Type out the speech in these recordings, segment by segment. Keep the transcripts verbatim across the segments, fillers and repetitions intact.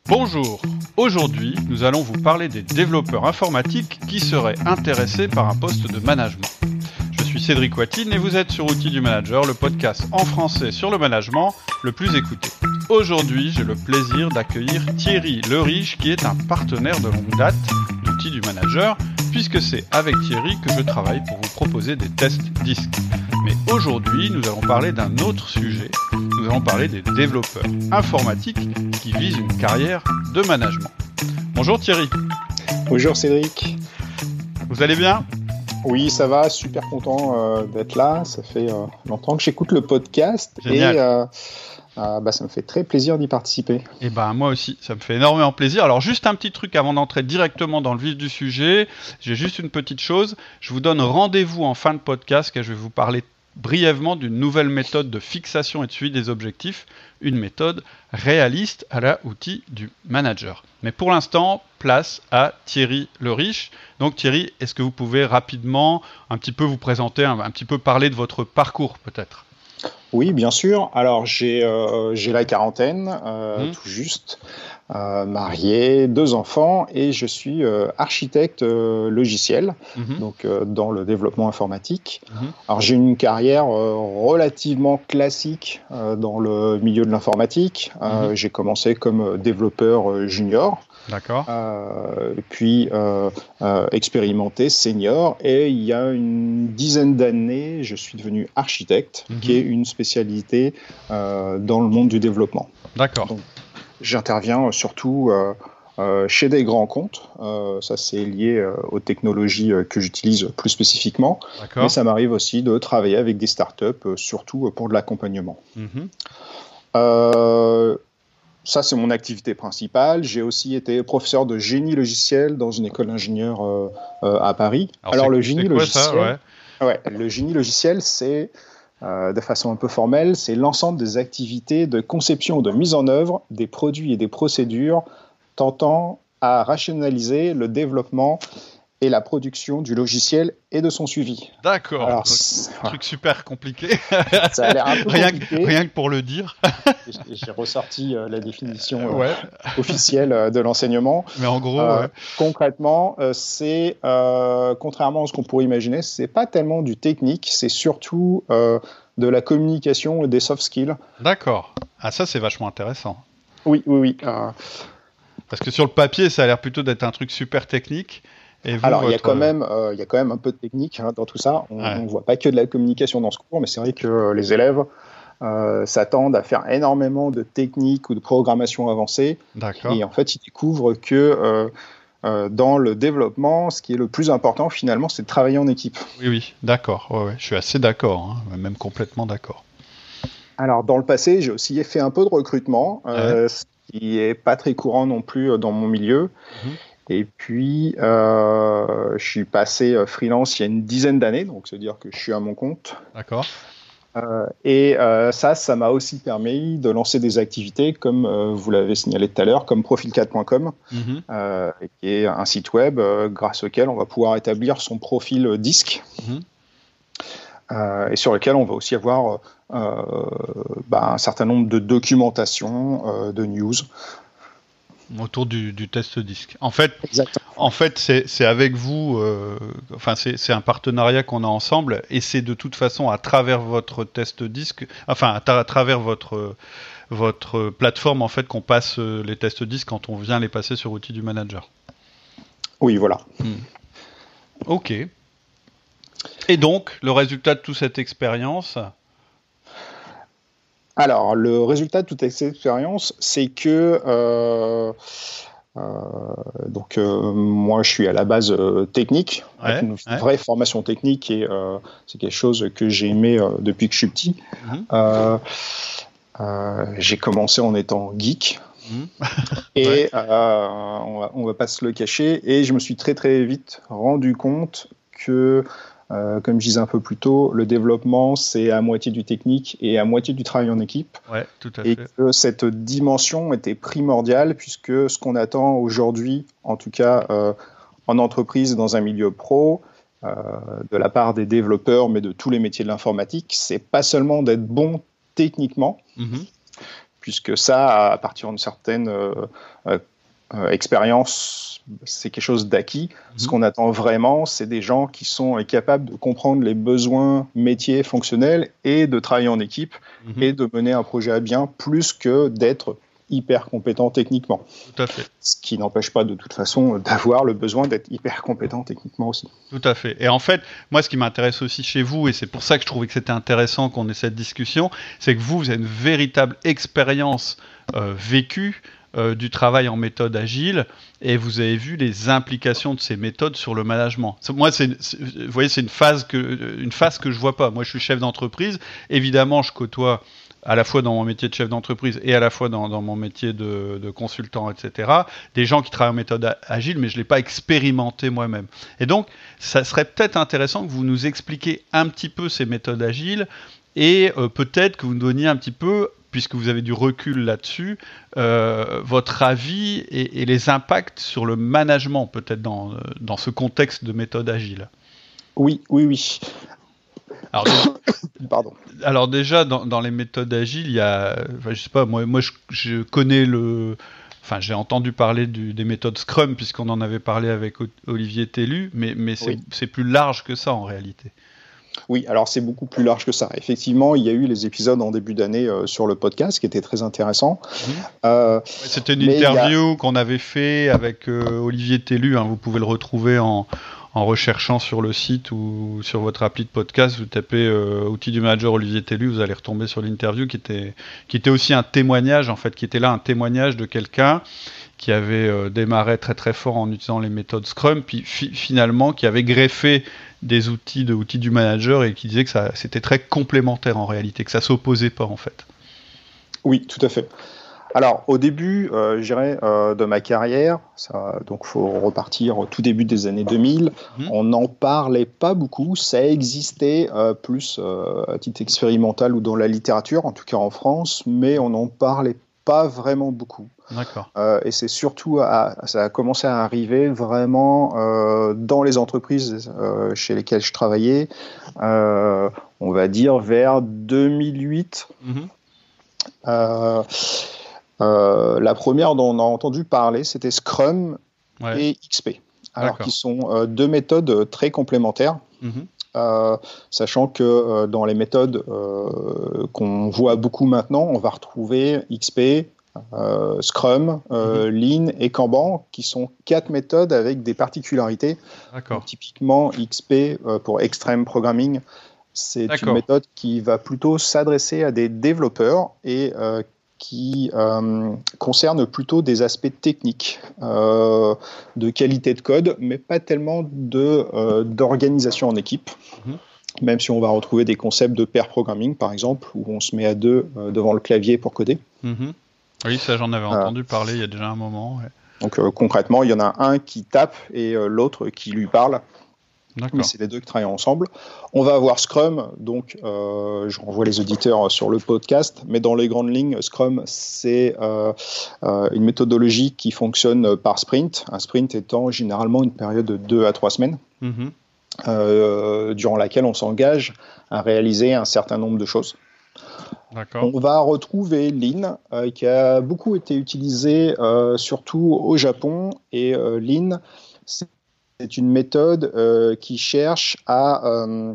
Bonjour, aujourd'hui nous allons vous parler des développeurs informatiques qui seraient intéressés par un poste de management. Je suis Cédric Watine et vous êtes sur Outils du Manager, le podcast en français sur le management le plus écouté. Aujourd'hui, j'ai le plaisir d'accueillir Thierry Leriche qui est un partenaire de longue date d'Outils du Manager puisque c'est avec Thierry que je travaille pour vous proposer des tests disques. Mais aujourd'hui, nous allons parler d'un autre sujet. Nous allons parler des développeurs informatiques qui visent une carrière de management. Bonjour Thierry. Bonjour Cédric. Vous allez bien ? Oui, ça va, super content euh, d'être là. Ça fait euh, longtemps que j'écoute le podcast. Génial. Et euh, euh, bah, ça me fait très plaisir d'y participer. Et ben moi aussi, ça me fait énormément plaisir. Alors juste un petit truc avant d'entrer directement dans le vif du sujet, j'ai juste une petite chose. Je vous donne rendez-vous en fin de podcast car je vais vous parler brièvement d'une nouvelle méthode de fixation et de suivi des objectifs, une méthode réaliste à la outil du manager. Mais pour l'instant, place à Thierry Leriche. Donc Thierry, est-ce que vous pouvez rapidement un petit peu vous présenter, un, un petit peu parler de votre parcours peut-être ? Oui, bien sûr. Alors, j'ai, euh, j'ai la quarantaine, euh, Mmh. tout juste, euh, marié, deux enfants, et je suis euh, architecte euh, logiciel, Mmh. donc euh, dans le développement informatique. Mmh. Alors, j'ai une carrière euh, relativement classique euh, dans le milieu de l'informatique. Euh, Mmh. J'ai commencé comme développeur euh, junior. D'accord. Euh, puis euh, euh, expérimenté senior, et il y a une dizaine d'années, je suis devenu architecte, Mhm. qui est une spécialité euh, dans le monde du développement. D'accord. Donc, j'interviens surtout euh, euh, chez des grands comptes, euh, ça c'est lié euh, aux technologies euh, que j'utilise plus spécifiquement, D'accord. mais ça m'arrive aussi de travailler avec des startups, euh, surtout pour de l'accompagnement. Mhm. Euh, Ça, c'est mon activité principale. J'ai aussi été professeur de génie logiciel dans une école d'ingénieurs euh, euh, à Paris. Alors, Alors c'est- le génie c'est quoi logiciel, ça, ouais. ouais, le génie logiciel, c'est, euh, de façon un peu formelle, c'est l'ensemble des activités de conception ou de mise en œuvre des produits et des procédures tentant à rationaliser le développement et la production du logiciel et de son suivi. D'accord. Alors, Donc, c'est- un truc super compliqué. ça a l'air un peu rien, que, compliqué. rien que pour le dire. J'ai- J'ai ressorti euh, la définition euh, Ouais. officielle euh, de l'enseignement. Mais en gros, Euh, ouais. Concrètement, euh, c'est, euh, contrairement à ce qu'on pourrait imaginer, c'est pas tellement du technique, c'est surtout euh, de la communication et des soft skills. D'accord. Ah, ça, c'est vachement intéressant. Oui, oui, oui. euh, Parce que sur le papier, ça a l'air plutôt d'être un truc super technique. Et vous, alors, il y a votre- quand même, euh, il y a quand même un peu de technique hein, dans tout ça. On Ouais. ne voit pas que de la communication dans ce cours, mais c'est vrai que euh, les élèves euh, s'attendent à faire énormément de techniques ou de programmation avancée. D'accord. Et en fait, ils découvrent que euh, euh, dans le développement, ce qui est le plus important finalement, c'est de travailler en équipe. Oui, oui, d'accord. Ouais, ouais. Je suis assez d'accord, hein. Même complètement d'accord. Alors, dans le passé, j'ai aussi fait un peu de recrutement, euh, ce qui n'est pas très courant non plus euh, dans mon milieu. Mhm. Et puis, euh, je suis passé euh, freelance il y a une dizaine d'années, donc c'est-à-dire que je suis à mon compte. D'accord. Euh, et euh, ça, ça m'a aussi permis de lancer des activités, comme euh, vous l'avez signalé tout à l'heure, comme profil quatre point com, Mhm. euh, qui est un site web euh, grâce auquel on va pouvoir établir son profil euh, disque. Mhm. Euh, et sur lequel on va aussi avoir euh, bah, un certain nombre de documentations, euh, de news. Autour du, du test disque. En fait, Exactement. En fait, c'est, c'est avec vous, euh, enfin, c'est, c'est un partenariat qu'on a ensemble, et c'est de toute façon à travers votre test disque, enfin, à, tra- à travers votre, votre plateforme, en fait, qu'on passe euh, les tests disques quand on vient les passer sur Outils du Manager. Oui, voilà. Ok. Et donc, le résultat de toute cette expérience, Alors, le résultat de toute cette expérience, c'est que euh, euh, donc euh, moi, je suis à la base euh, technique, Ouais, avec une ouais. vraie formation technique, et euh, c'est quelque chose que j'ai aimé euh, depuis que je suis petit. Mhm. Euh, euh, j'ai commencé en étant geek. Mhm. Et Ouais. euh, on va, on va pas se le cacher, et je me suis très très vite rendu compte que, euh, comme je disais un peu plus tôt, le développement c'est à moitié du technique et à moitié du travail en équipe, ouais, tout à et fait. que cette dimension était primordiale, puisque ce qu'on attend aujourd'hui, en tout cas euh, en entreprise, dans un milieu pro, euh, de la part des développeurs, mais de tous les métiers de l'informatique, c'est pas seulement d'être bon techniquement, Mhm. puisque ça, à partir d'une certaine euh, euh, euh, expérience, c'est quelque chose d'acquis. Mmh. Ce qu'on attend vraiment, c'est des gens qui sont capables de comprendre les besoins métiers, fonctionnels, et de travailler en équipe, mmh. et de mener un projet à bien, plus que d'être hyper compétent techniquement. Tout à fait. Ce qui n'empêche pas de toute façon d'avoir le besoin d'être hyper compétent techniquement aussi. Tout à fait. Et en fait, moi, ce qui m'intéresse aussi chez vous, et c'est pour ça que je trouvais que c'était intéressant qu'on ait cette discussion, c'est que vous, vous avez une véritable expérience euh, vécue euh, du travail en méthode agile, et vous avez vu les implications de ces méthodes sur le management. Moi, c'est, c'est, vous voyez, c'est une phase que, une phase que je vois pas. Moi, je suis chef d'entreprise. Évidemment, je côtoie à la fois dans mon métier de chef d'entreprise et à la fois dans, dans mon métier de, de consultant, et cetera, des gens qui travaillent en méthode agile, mais je ne l'ai pas expérimenté moi-même. Et donc, ça serait peut-être intéressant que vous nous expliquiez un petit peu ces méthodes agiles et euh, peut-être que vous nous donniez un petit peu, puisque vous avez du recul là-dessus, euh, votre avis et, et les impacts sur le management, peut-être dans, dans ce contexte de méthode agile. Oui, oui, oui. Alors, Pardon. Alors déjà, dans, dans les méthodes agiles, il y a, enfin, je sais pas, moi, moi je, je connais le, enfin, j'ai entendu parler du, des méthodes Scrum puisqu'on en avait parlé avec Olivier Tellu, mais, mais c'est, oui. c'est plus large que ça en réalité. Oui, alors c'est beaucoup plus large que ça. Effectivement, il y a eu les épisodes en début d'année euh, sur le podcast qui étaient très intéressants. Mmh. Euh, C'était une interview a... qu'on avait fait avec euh, Olivier Tellu. Hein, vous pouvez le retrouver en, en recherchant sur le site ou sur votre appli de podcast. Vous tapez euh, outils du manager Olivier Tellu, vous allez retomber sur l'interview qui était, qui était aussi un témoignage, en fait, qui était là un témoignage de quelqu'un qui avait euh, démarré très très fort en utilisant les méthodes Scrum, puis fi- finalement qui avait greffé des outils de outils du manager et qui disait que ça, c'était très complémentaire en réalité, que ça s'opposait pas en fait. Oui, tout à fait. Alors au début, euh, je dirais, euh, de ma carrière, ça, donc faut repartir au tout début des années deux mille, mmh. on n'en parlait pas beaucoup, ça existait euh, plus euh, à titre expérimental ou dans la littérature, en tout cas en France, mais on n'en parlait pas vraiment beaucoup. D'accord. Euh, et c'est surtout, à, ça a commencé à arriver vraiment euh, dans les entreprises euh, chez lesquelles je travaillais, euh, on va dire vers deux mille huit. Mm-hmm. Euh, euh, la première dont on a entendu parler, c'était Scrum ouais. et X P, alors D'accord. qui sont euh, deux méthodes très complémentaires. Mm-hmm. Euh, sachant que euh, dans les méthodes euh, qu'on voit beaucoup maintenant, on va retrouver X P, euh, Scrum, euh, mm-hmm. Lean et Kanban, qui sont quatre méthodes avec des particularités. Donc, typiquement, X P euh, pour Extreme Programming, c'est D'accord. une méthode qui va plutôt s'adresser à des développeurs et euh, qui euh, concerne plutôt des aspects techniques, euh, de qualité de code, mais pas tellement de, euh, d'organisation en équipe, mmh. même si on va retrouver des concepts de pair programming, par exemple, où on se met à deux euh, devant le clavier pour coder. Mmh. Oui, ça j'en avais entendu euh, parler il y a déjà un moment. Ouais. Donc euh, concrètement, il y en a un qui tape et euh, l'autre qui lui parle. D'accord. Mais c'est les deux qui travaillent ensemble. On va avoir Scrum, donc euh, je renvoie les auditeurs sur le podcast, mais dans les grandes lignes, Scrum, c'est euh, euh, une méthodologie qui fonctionne par sprint, un sprint étant généralement une période de deux à trois semaines, mm-hmm. euh, durant laquelle on s'engage à réaliser un certain nombre de choses. D'accord. On va retrouver Lean, euh, qui a beaucoup été utilisé euh, surtout au Japon, et euh, Lean, c'est C'est une méthode euh, qui cherche à, euh,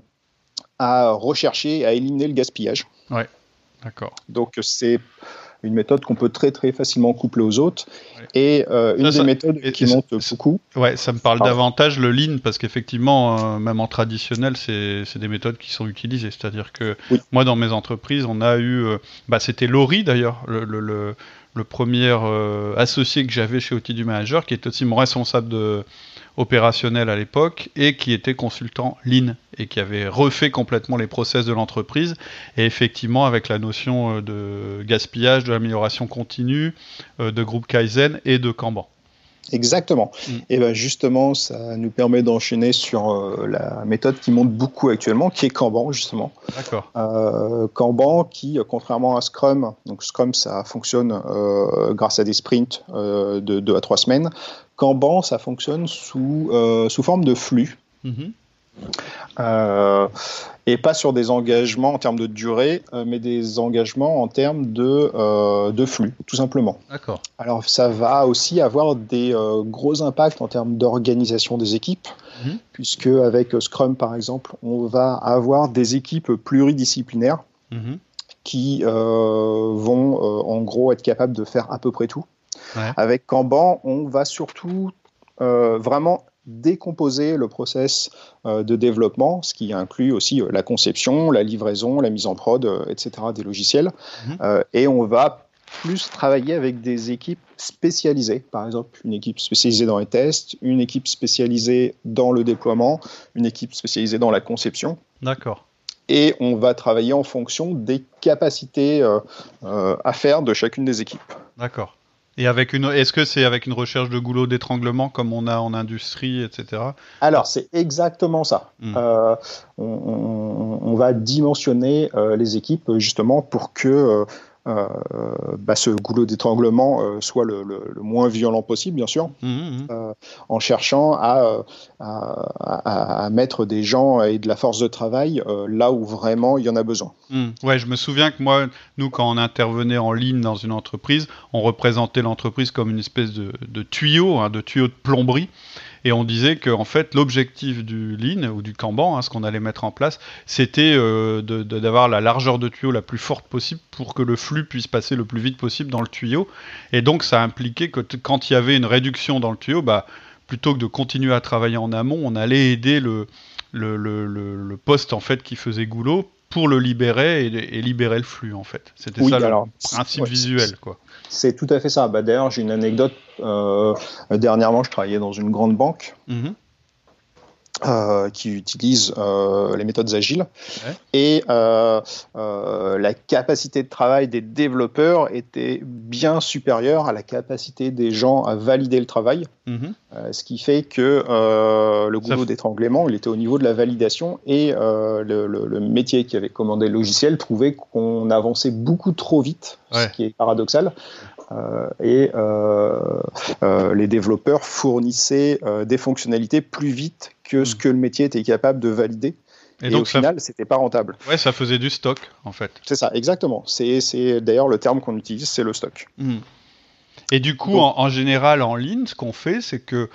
à rechercher, à éliminer le gaspillage. Ouais, d'accord. Donc, c'est une méthode qu'on peut très, très facilement coupler aux autres. Ouais. Et euh, une ça, des ça, méthodes et, qui et monte ça, beaucoup. Ouais, ça me parle Pardon. davantage le Lean, parce qu'effectivement, euh, même en traditionnel, c'est, c'est des méthodes qui sont utilisées. C'est-à-dire que oui. moi, dans mes entreprises, on a eu... Euh, bah, c'était Laurie, d'ailleurs, le... le, le le premier euh, associé que j'avais chez Outils du Manager, qui était aussi mon responsable de, opérationnel à l'époque, et qui était consultant Lean, et qui avait refait complètement les process de l'entreprise, et effectivement avec la notion de gaspillage, de l'amélioration continue, de groupe Kaizen et de Kanban. Exactement. Mm. Et ben justement, ça nous permet d'enchaîner sur euh, la méthode qui monte beaucoup actuellement, qui est Kanban, justement. D'accord. Euh, Kanban, qui, contrairement à Scrum, donc Scrum, ça fonctionne euh, grâce à des sprints euh, de deux à trois semaines. Kanban, ça fonctionne sous, euh, sous forme de flux. Mm-hmm. Euh, et pas sur des engagements en termes de durée, euh, mais des engagements en termes de, euh, de flux, tout simplement. D'accord. Alors, ça va aussi avoir des euh, gros impacts en termes d'organisation des équipes, mmh. puisque avec Scrum, par exemple, on va avoir des équipes pluridisciplinaires mmh. qui euh, vont, euh, en gros, être capables de faire à peu près tout. Ouais. Avec Kanban, on va surtout euh, vraiment décomposer le process euh, de développement, ce qui inclut aussi euh, la conception, la livraison, la mise en prod, euh, et cetera des logiciels. Mmh. Euh, et on va plus travailler avec des équipes spécialisées. Par exemple, une équipe spécialisée dans les tests, une équipe spécialisée dans le déploiement, une équipe spécialisée dans la conception. D'accord. Et on va travailler en fonction des capacités euh, euh, à faire de chacune des équipes. D'accord. Et avec une, est-ce que c'est avec une recherche de goulot d'étranglement comme on a en industrie, et cetera. Alors, c'est exactement ça. Mmh. Euh, on, on, on va dimensionner euh, les équipes justement pour que euh, euh, bah, ce goulot d'étranglement euh, soit le, le, le moins violent possible, bien sûr, mmh, mmh. Euh, en cherchant à, à, à, à mettre des gens et de la force de travail euh, là où vraiment il y en a besoin. Mmh. Ouais, je me souviens que moi, nous, quand on intervenait en ligne dans une entreprise, on représentait l'entreprise comme une espèce de, de tuyau, hein, de tuyau de plomberie. Et on disait que en fait, l'objectif du Lean ou du Kanban, hein, ce qu'on allait mettre en place, c'était euh, de, de, d'avoir la largeur de tuyau la plus forte possible pour que le flux puisse passer le plus vite possible dans le tuyau. Et donc, ça impliquait que t- quand il y avait une réduction dans le tuyau, bah, plutôt que de continuer à travailler en amont, on allait aider le, le, le, le, le poste en fait qui faisait goulot pour le libérer et, et libérer le flux en fait. C'était oui, ça alors, le principe ouais, visuel, quoi. C'est tout à fait ça. Bah, d'ailleurs, j'ai une anecdote. Euh, dernièrement, je travaillais dans une grande banque mmh. euh, qui utilise euh, les méthodes agiles. Ouais. Et euh, euh, la capacité de travail des développeurs était bien supérieure à la capacité des gens à valider le travail. Mmh. Euh, ce qui fait que euh, le goulot f... d'étranglement, il était au niveau de la validation et euh, le, le, le métier qui avait commandé le logiciel trouvait qu'on avançait beaucoup trop vite, ouais. ce qui est paradoxal. Euh, et euh, euh, les développeurs fournissaient euh, des fonctionnalités plus vite que mmh. ce que le métier était capable de valider. Et, et donc, au final, f... c'était pas rentable. Ouais, ça faisait du stock, en fait. C'est ça, exactement. C'est, c'est d'ailleurs le terme qu'on utilise, c'est le stock. Mmh. Et du coup, en, en général, en ligne, ce qu'on fait, c'est que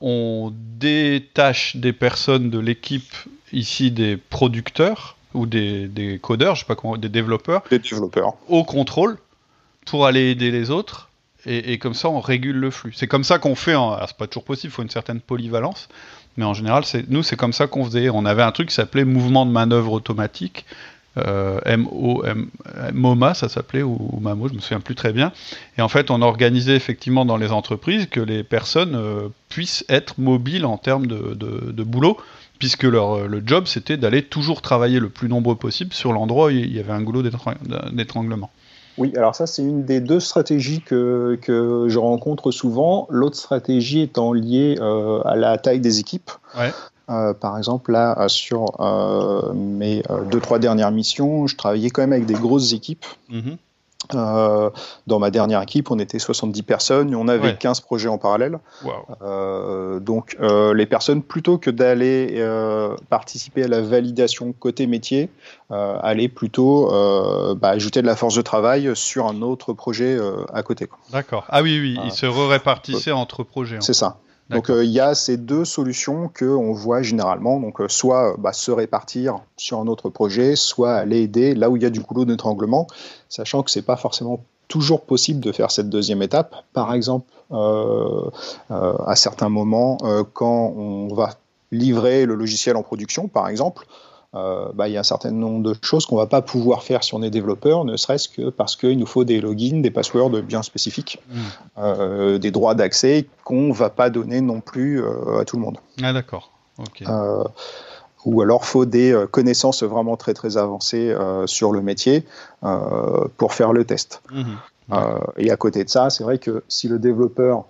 on détache des personnes de l'équipe, ici des producteurs ou des, des codeurs, je sais pas comment, des développeurs, des développeurs, au contrôle pour aller aider les autres. Et, et comme ça, on régule le flux. C'est comme ça qu'on fait. En... Alors, c'est pas toujours possible, il faut une certaine polyvalence. Mais en général, c'est... nous, c'est comme ça qu'on faisait. On avait un truc qui s'appelait mouvement de manœuvre automatique. Euh, M O M, MoMA, ça s'appelait, ou, ou MAMO, je me souviens plus très bien. Et en fait, on organisait effectivement dans les entreprises que les personnes euh, puissent être mobiles en termes de, de, de boulot, puisque leur, le job, c'était d'aller toujours travailler le plus nombreux possible sur l'endroit où il y avait un goulot d'étranglement. Oui, alors ça, c'est une des deux stratégies que, que je rencontre souvent. L'autre stratégie étant liée euh, à la taille des équipes. Ouais. Euh, par exemple, là, sur euh, mes euh, deux, trois dernières missions, je travaillais quand même avec des grosses équipes. Mmh. Euh, dans ma dernière équipe, on était soixante-dix personnes et on avait ouais. quinze projets en parallèle. Wow. Euh, donc, euh, les personnes, plutôt que d'aller euh, participer à la validation côté métier, euh, allaient plutôt euh, bah, ajouter de la force de travail sur un autre projet euh, à côté, quoi. D'accord. Ah oui, oui, ils se répartissaient entre projets. C'est ça. Donc il euh, y a ces deux solutions qu'on voit généralement, donc euh, soit bah, se répartir sur un autre projet, soit aller aider là où il y a du goulot d'étranglement, sachant que c'est pas forcément toujours possible de faire cette deuxième étape. Par exemple, euh, euh, à certains moments, euh, quand on va livrer le logiciel en production, par exemple, Euh, bah, il y a un certain nombre de choses qu'on ne va pas pouvoir faire si on est développeur, ne serait-ce que parce qu'il nous faut des logins, des passwords bien spécifiques, mmh. euh, des droits d'accès qu'on ne va pas donner non plus euh, à tout le monde. Ah d'accord. Okay. Euh, ou alors il faut des connaissances vraiment très très avancées euh, sur le métier euh, pour faire le test. Mmh. Euh, et à côté de ça, c'est vrai que si le développeur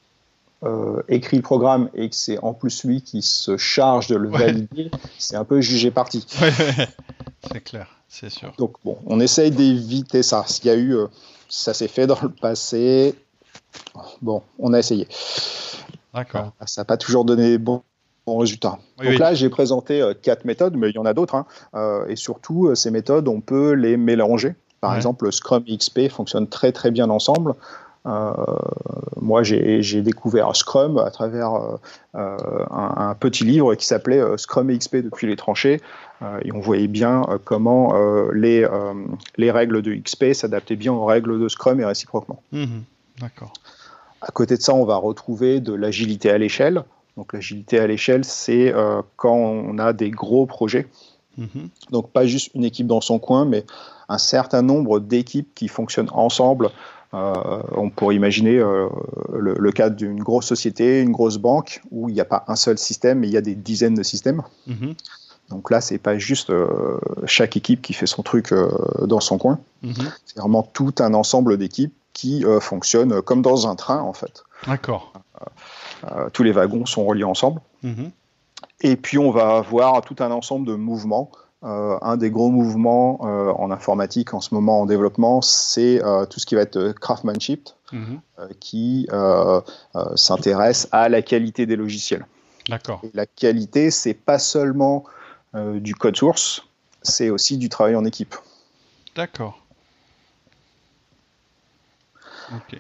Euh, écrit le programme et que c'est en plus lui qui se charge de le ouais. valider, c'est un peu jugé parti. Ouais, c'est clair, c'est sûr. Donc bon, on essaye d'éviter ça. S'il y a eu, euh, ça s'est fait dans le passé. Bon, on a essayé. D'accord. Euh, ça n'a pas toujours donné bons bon résultat. Oui, Donc oui. là, j'ai présenté euh, quatre méthodes, mais il y en a d'autres. Hein. Euh, et surtout, euh, ces méthodes, on peut les mélanger. Par Ouais. exemple, le Scrum et X P fonctionnent très très bien ensemble. Euh, moi, j'ai, j'ai découvert Scrum à travers euh, euh, un, un petit livre qui s'appelait euh, Scrum et X P depuis les tranchées. Euh, et on voyait bien euh, comment euh, les, euh, les règles de X P s'adaptaient bien aux règles de Scrum et réciproquement. Mmh. D'accord. À côté de ça, on va retrouver de l'agilité à l'échelle. Donc l'agilité à l'échelle, c'est euh, quand on a des gros projets. Mmh. Donc pas juste une équipe dans son coin, mais un certain nombre d'équipes qui fonctionnent ensemble. Euh, on pourrait imaginer euh, le, le cas d'une grosse société, une grosse banque, où il n'y a pas un seul système, mais il y a des dizaines de systèmes. Mmh. Donc là, c'est pas juste euh, chaque équipe qui fait son truc euh, dans son coin. Mmh. C'est vraiment tout un ensemble d'équipes qui euh, fonctionnent comme dans un train, en fait. D'accord. Euh, tous les wagons sont reliés ensemble. Mmh. Et puis, on va avoir tout un ensemble de mouvements. Euh, un des gros mouvements euh, en informatique en ce moment en développement, c'est euh, tout ce qui va être craftsmanship, Mmh. euh, qui euh, euh, s'intéresse à la qualité des logiciels. D'accord. Et la qualité, c'est pas seulement euh, du code source, c'est aussi du travail en équipe. D'accord. Ok.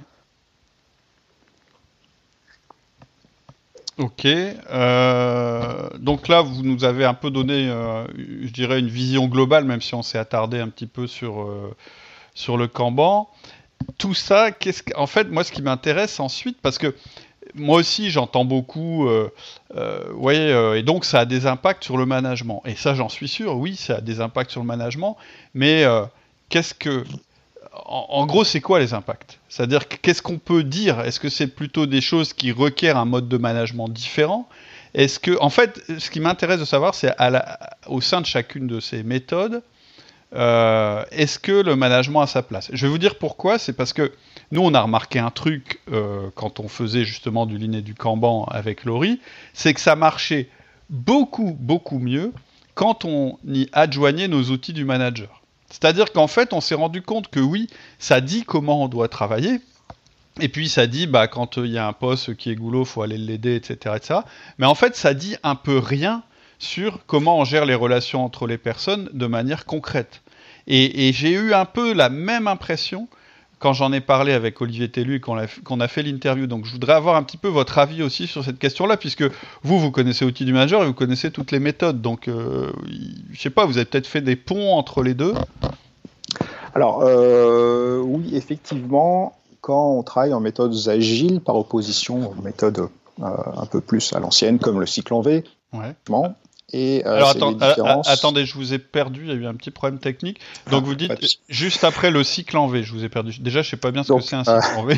Ok. Euh, donc là, vous nous avez un peu donné, euh, je dirais, une vision globale, même si on s'est attardé un petit peu sur, euh, sur le Kanban. Tout ça, qu'est-ce que... en fait, moi, ce qui m'intéresse ensuite, parce que moi aussi, j'entends beaucoup, euh, euh, ouais, euh, et donc ça a des impacts sur le management. Et ça, j'en suis sûr, oui, ça a des impacts sur le management, mais euh, qu'est-ce que... En, en gros, c'est quoi les impacts? C'est-à-dire, qu'est-ce qu'on peut dire? Est-ce que c'est plutôt des choses qui requièrent un mode de management différent? Est-ce que, en fait, ce qui m'intéresse de savoir, c'est à la, au sein de chacune de ces méthodes, euh, est-ce que le management a sa place? Je vais vous dire pourquoi. C'est parce que nous, on a remarqué un truc euh, quand on faisait justement du Lean et du Kanban avec Laurie, c'est que ça marchait beaucoup, beaucoup mieux quand on y adjoignait nos outils du manager. C'est-à-dire qu'en fait, on s'est rendu compte que oui, ça dit comment on doit travailler, et puis ça dit, bah, quand il euh, y a un poste qui est goulot, il faut aller l'aider, et cetera, et cetera. Mais en fait, ça dit un peu rien sur comment on gère les relations entre les personnes de manière concrète. Et, et j'ai eu un peu la même impression quand j'en ai parlé avec Olivier Tellu et qu'on a, qu'on a fait l'interview. Donc je voudrais avoir un petit peu votre avis aussi sur cette question-là, puisque vous, vous connaissez Outils du Manager et vous connaissez toutes les méthodes. Donc, euh, je sais pas, vous avez peut-être fait des ponts entre les deux? Alors, euh, oui, effectivement, quand on travaille en méthodes agiles, par opposition aux méthodes euh, un peu plus à l'ancienne, comme le cycle en V, ouais. Et, euh, Alors attends, différences... attendez, je vous ai perdu, il y a eu un petit problème technique. Donc ah, vous dites, juste après le cycle en V, je vous ai perdu. Déjà, je sais pas bien ce Donc, que c'est un cycle euh... en V.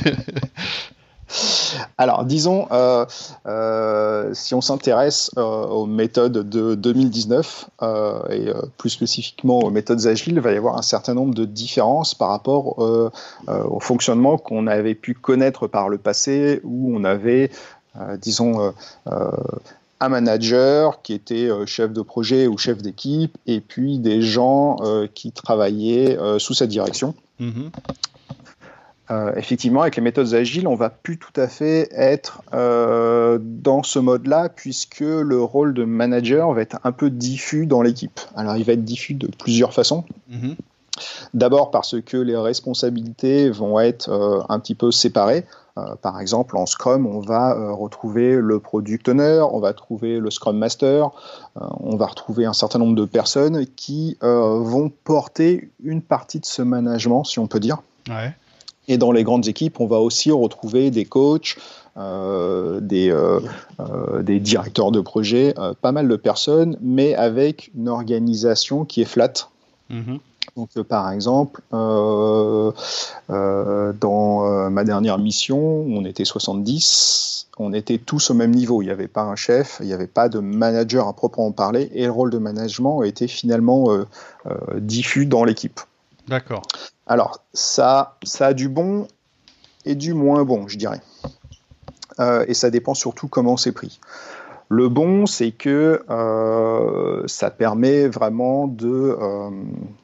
Alors, disons, euh, euh, si on s'intéresse euh, aux méthodes de deux mille dix-neuf, euh, et euh, plus spécifiquement aux méthodes agiles, il va y avoir un certain nombre de différences par rapport euh, euh, au fonctionnement qu'on avait pu connaître par le passé, où on avait, euh, disons, euh, euh, un manager qui était euh, chef de projet ou chef d'équipe, et puis des gens euh, qui travaillaient euh, sous sa direction. Mm-hmm. Euh, effectivement, avec les méthodes agiles, on ne va plus tout à fait être euh, dans ce mode-là, puisque le rôle de manager va être un peu diffus dans l'équipe. Alors, il va être diffus de plusieurs façons. Mm-hmm. D'abord parce que les responsabilités vont être euh, un petit peu séparées. Euh, par exemple, en Scrum, on va euh, retrouver le Product Owner, on va trouver le Scrum Master, euh, on va retrouver un certain nombre de personnes qui euh, vont porter une partie de ce management, si on peut dire. Ouais. Et dans les grandes équipes, on va aussi retrouver des coachs, euh, des, euh, euh, des directeurs de projet, euh, pas mal de personnes, mais avec une organisation qui est flat. Mm-hmm. Donc, euh, par exemple, euh, euh, dans euh, ma dernière mission, on était soixante-dix, on était tous au même niveau. Il n'y avait pas un chef, il n'y avait pas de manager à proprement parler, et le rôle de management était finalement euh, euh, diffus dans l'équipe. D'accord. Alors, ça, ça a du bon et du moins bon, je dirais. Euh, et ça dépend surtout comment c'est pris. Le bon, c'est que euh, ça permet vraiment de, euh,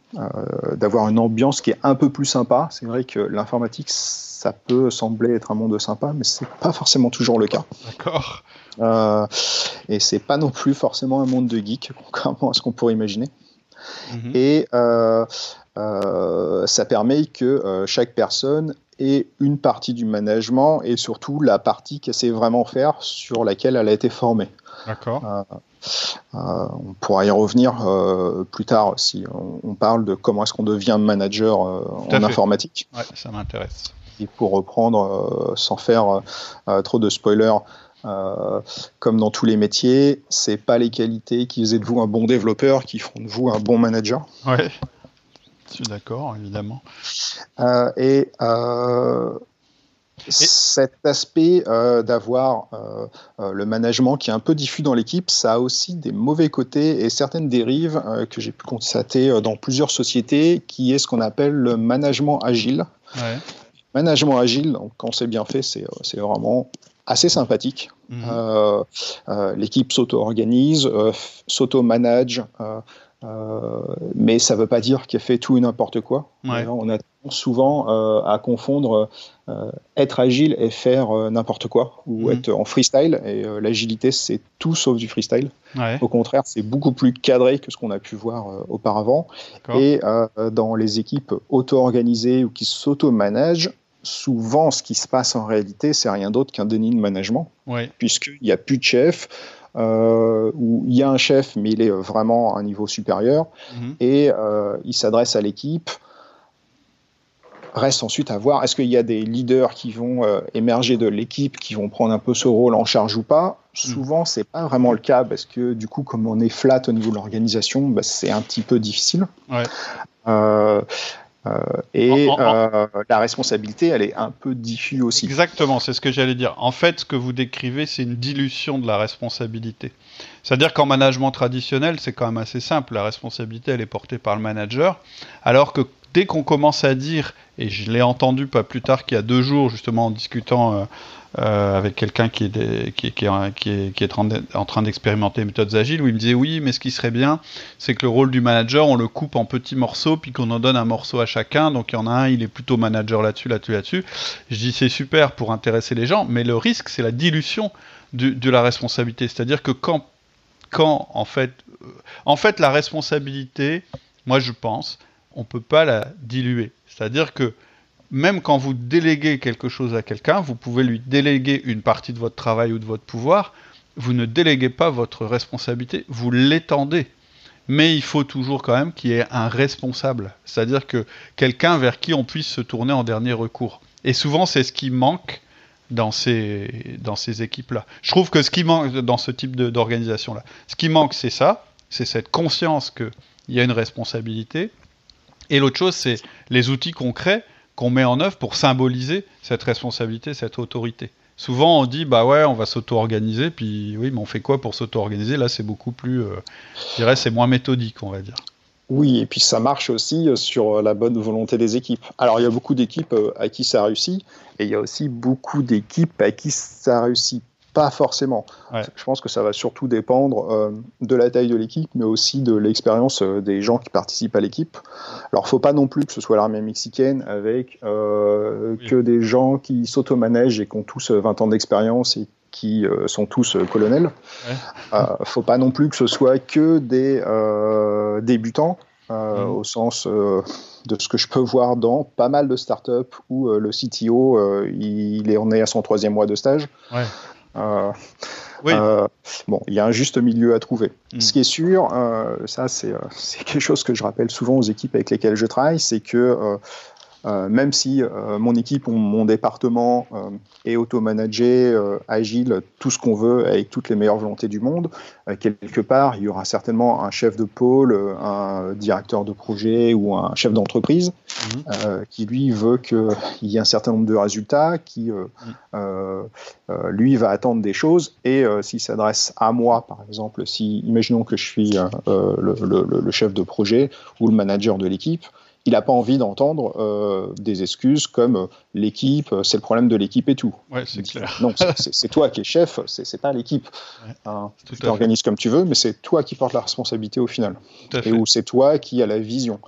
euh, d'avoir une ambiance qui est un peu plus sympa. C'est vrai que l'informatique, ça peut sembler être un monde sympa, mais c'est pas forcément toujours le cas. D'accord. Euh, et c'est pas non plus forcément un monde de geeks, contrairement à ce qu'on pourrait imaginer. Mmh. Et euh, euh, ça permet que euh, chaque personne ait une partie du management et surtout la partie qu'elle sait vraiment faire, sur laquelle elle a été formée. D'accord. Euh, euh, on pourra y revenir euh, plus tard si on, on parle de comment est-ce qu'on devient manager euh, en fait. Informatique. Ouais, ça m'intéresse. Et pour reprendre, euh, sans faire euh, trop de spoilers, Euh, comme dans tous les métiers, c'est pas les qualités qui faisaient de vous un bon développeur qui feront de vous un bon manager. Ouais, je suis d'accord, évidemment. Euh, et, euh, et cet aspect euh, d'avoir euh, euh, le management qui est un peu diffus dans l'équipe, ça a aussi des mauvais côtés et certaines dérives euh, que j'ai pu constater dans plusieurs sociétés, qui est ce qu'on appelle le management agile. Ouais. Management agile, donc, quand c'est bien fait, c'est, c'est vraiment assez sympathique. Mmh. Euh, euh, l'équipe s'auto-organise, euh, s'auto-manage, euh, euh, mais ça ne veut pas dire qu'elle fait tout et n'importe quoi. Ouais. On a souvent euh, à confondre euh, être agile et faire euh, n'importe quoi, ou mmh. être en freestyle. Et euh, l'agilité, c'est tout sauf du freestyle. Ouais. Au contraire, c'est beaucoup plus cadré que ce qu'on a pu voir euh, auparavant. D'accord. Et euh, dans les équipes auto-organisées ou qui s'auto-managent, souvent, ce qui se passe en réalité, c'est rien d'autre qu'un déni de management, ouais. puisqu'il n'y a plus de chef, euh, ou il y a un chef, mais il est vraiment à un niveau supérieur, mmh. et euh, il s'adresse à l'équipe. Reste ensuite à voir, est-ce qu'il y a des leaders qui vont euh, émerger de l'équipe, qui vont prendre un peu ce rôle en charge ou pas. Mmh. Souvent, ce n'est pas vraiment le cas, parce que du coup, comme on est flat au niveau de l'organisation, bah, c'est un petit peu difficile. Ouais. Euh, Euh, et en, en, euh, la responsabilité, elle est un peu diffuse aussi. Exactement, c'est ce que j'allais dire. En fait, ce que vous décrivez, c'est une dilution de la responsabilité. C'est-à-dire qu'en management traditionnel, c'est quand même assez simple. La responsabilité, elle est portée par le manager. Alors que dès qu'on commence à dire, et je l'ai entendu pas plus tard qu'il y a deux jours, justement, en discutant euh, euh, avec quelqu'un qui est, des, qui, qui, est, qui, est, qui est en train d'expérimenter les méthodes agiles, où il me disait oui, mais ce qui serait bien, c'est que le rôle du manager, on le coupe en petits morceaux, puis qu'on en donne un morceau à chacun. Donc il y en a un, il est plutôt manager là-dessus, là-dessus, là-dessus. Je dis c'est super pour intéresser les gens, mais le risque, c'est la dilution du, de la responsabilité. C'est-à-dire que quand, quand en fait, euh, en fait, la responsabilité, moi je pense, on ne peut pas la diluer. C'est-à-dire que même quand vous déléguez quelque chose à quelqu'un, vous pouvez lui déléguer une partie de votre travail ou de votre pouvoir. Vous ne déléguez pas votre responsabilité, vous l'étendez. Mais il faut toujours quand même qu'il y ait un responsable. C'est-à-dire que quelqu'un vers qui on puisse se tourner en dernier recours. Et souvent, c'est ce qui manque dans ces, dans ces équipes-là. Je trouve que ce qui manque dans ce type de, d'organisation-là, ce qui manque, c'est ça, c'est cette conscience qu'il y a une responsabilité. Et l'autre chose, c'est les outils concrets qu'on met en œuvre pour symboliser cette responsabilité, cette autorité. Souvent, on dit, bah ouais, on va s'auto-organiser, puis oui, mais on fait quoi pour s'auto-organiser ? Là, c'est beaucoup plus, euh, je dirais, c'est moins méthodique, on va dire. Oui, et puis ça marche aussi sur la bonne volonté des équipes. Alors, il y a beaucoup d'équipes à qui ça réussit, et il y a aussi beaucoup d'équipes à qui ça réussit pas forcément. Ouais. Je pense que ça va surtout dépendre euh, de la taille de l'équipe, mais aussi de l'expérience euh, des gens qui participent à l'équipe. Alors, il ne faut pas non plus que ce soit l'armée mexicaine avec euh, oui. que des gens qui s'automanègent et qui ont tous vingt ans d'expérience et qui euh, sont tous euh, colonels. Il ouais. ne euh, faut pas non plus que ce soit que des euh, débutants, euh, mmh. au sens euh, de ce que je peux voir dans pas mal de startups où euh, le C T O, euh, il est en est à son troisième mois de stage. Ouais. Euh, oui. euh, bon, il y a un juste milieu à trouver. Mmh. Ce qui est sûr, euh, ça c'est, euh, c'est quelque chose que je rappelle souvent aux équipes avec lesquelles je travaille, c'est que euh, euh, même si euh, mon équipe, mon, mon département euh, est auto-managé, euh, agile, tout ce qu'on veut, avec toutes les meilleures volontés du monde, euh, quelque part, il y aura certainement un chef de pôle, un directeur de projet ou un chef d'entreprise mmh. euh, qui, lui, veut qu'il y ait un certain nombre de résultats, qui, euh, mmh. euh, euh, lui, va attendre des choses, et euh, s'il s'adresse à moi, par exemple, si, imaginons que je suis euh, le, le, le chef de projet ou le manager de l'équipe, il n'a pas envie d'entendre euh, des excuses comme euh, l'équipe, euh, c'est le problème de l'équipe et tout. Ouais, c'est clair. Non, c'est, c'est, c'est toi qui es chef, c'est, c'est pas l'équipe. Ouais, hein, tu t'organises comme tu veux, mais c'est toi qui portes la responsabilité au final. Et où c'est toi qui as la vision.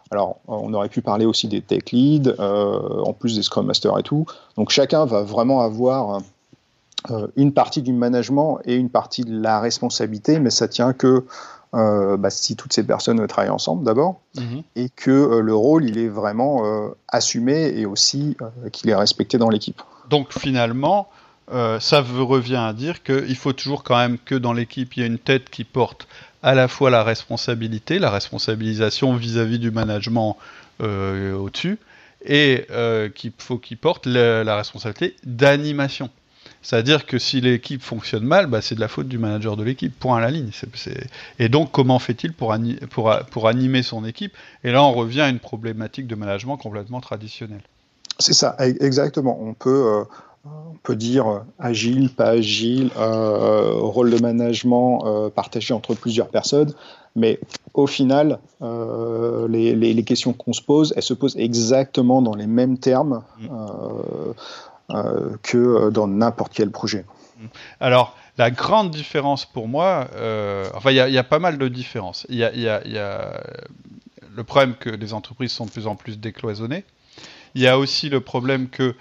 Alors, on aurait pu parler aussi des tech leads, euh, en plus des scrum masters et tout. Donc, chacun va vraiment avoir euh, une partie du management et une partie de la responsabilité, mais ça tient que euh, bah, si toutes ces personnes travaillent ensemble d'abord, mmh. et que euh, le rôle, il est vraiment euh, assumé et aussi euh, qu'il est respecté dans l'équipe. Donc, finalement, euh, ça revient à dire qu'il faut toujours quand même que dans l'équipe, il y ait une tête qui porte à la fois la responsabilité, la responsabilisation vis-à-vis du management euh, au-dessus, et euh, qu'il faut qu'il porte la, la responsabilité d'animation. C'est-à-dire que si l'équipe fonctionne mal, bah, c'est de la faute du manager de l'équipe, point à la ligne. C'est, c'est... Et donc, comment fait-il pour, ani- pour, pour animer son équipe ? Et là, on revient à une problématique de management complètement traditionnelle. C'est ça, exactement. On peut... Euh... On peut dire agile, pas agile, euh, rôle de management euh, partagé entre plusieurs personnes, mais au final, euh, les, les, les questions qu'on se pose, elles se posent exactement dans les mêmes termes euh, euh, que dans n'importe quel projet. Alors, la grande différence pour moi, euh, enfin, il y, y a pas mal de différences. Il y a, y a, y a le problème que les entreprises sont de plus en plus décloisonnées. Il y a aussi le problème que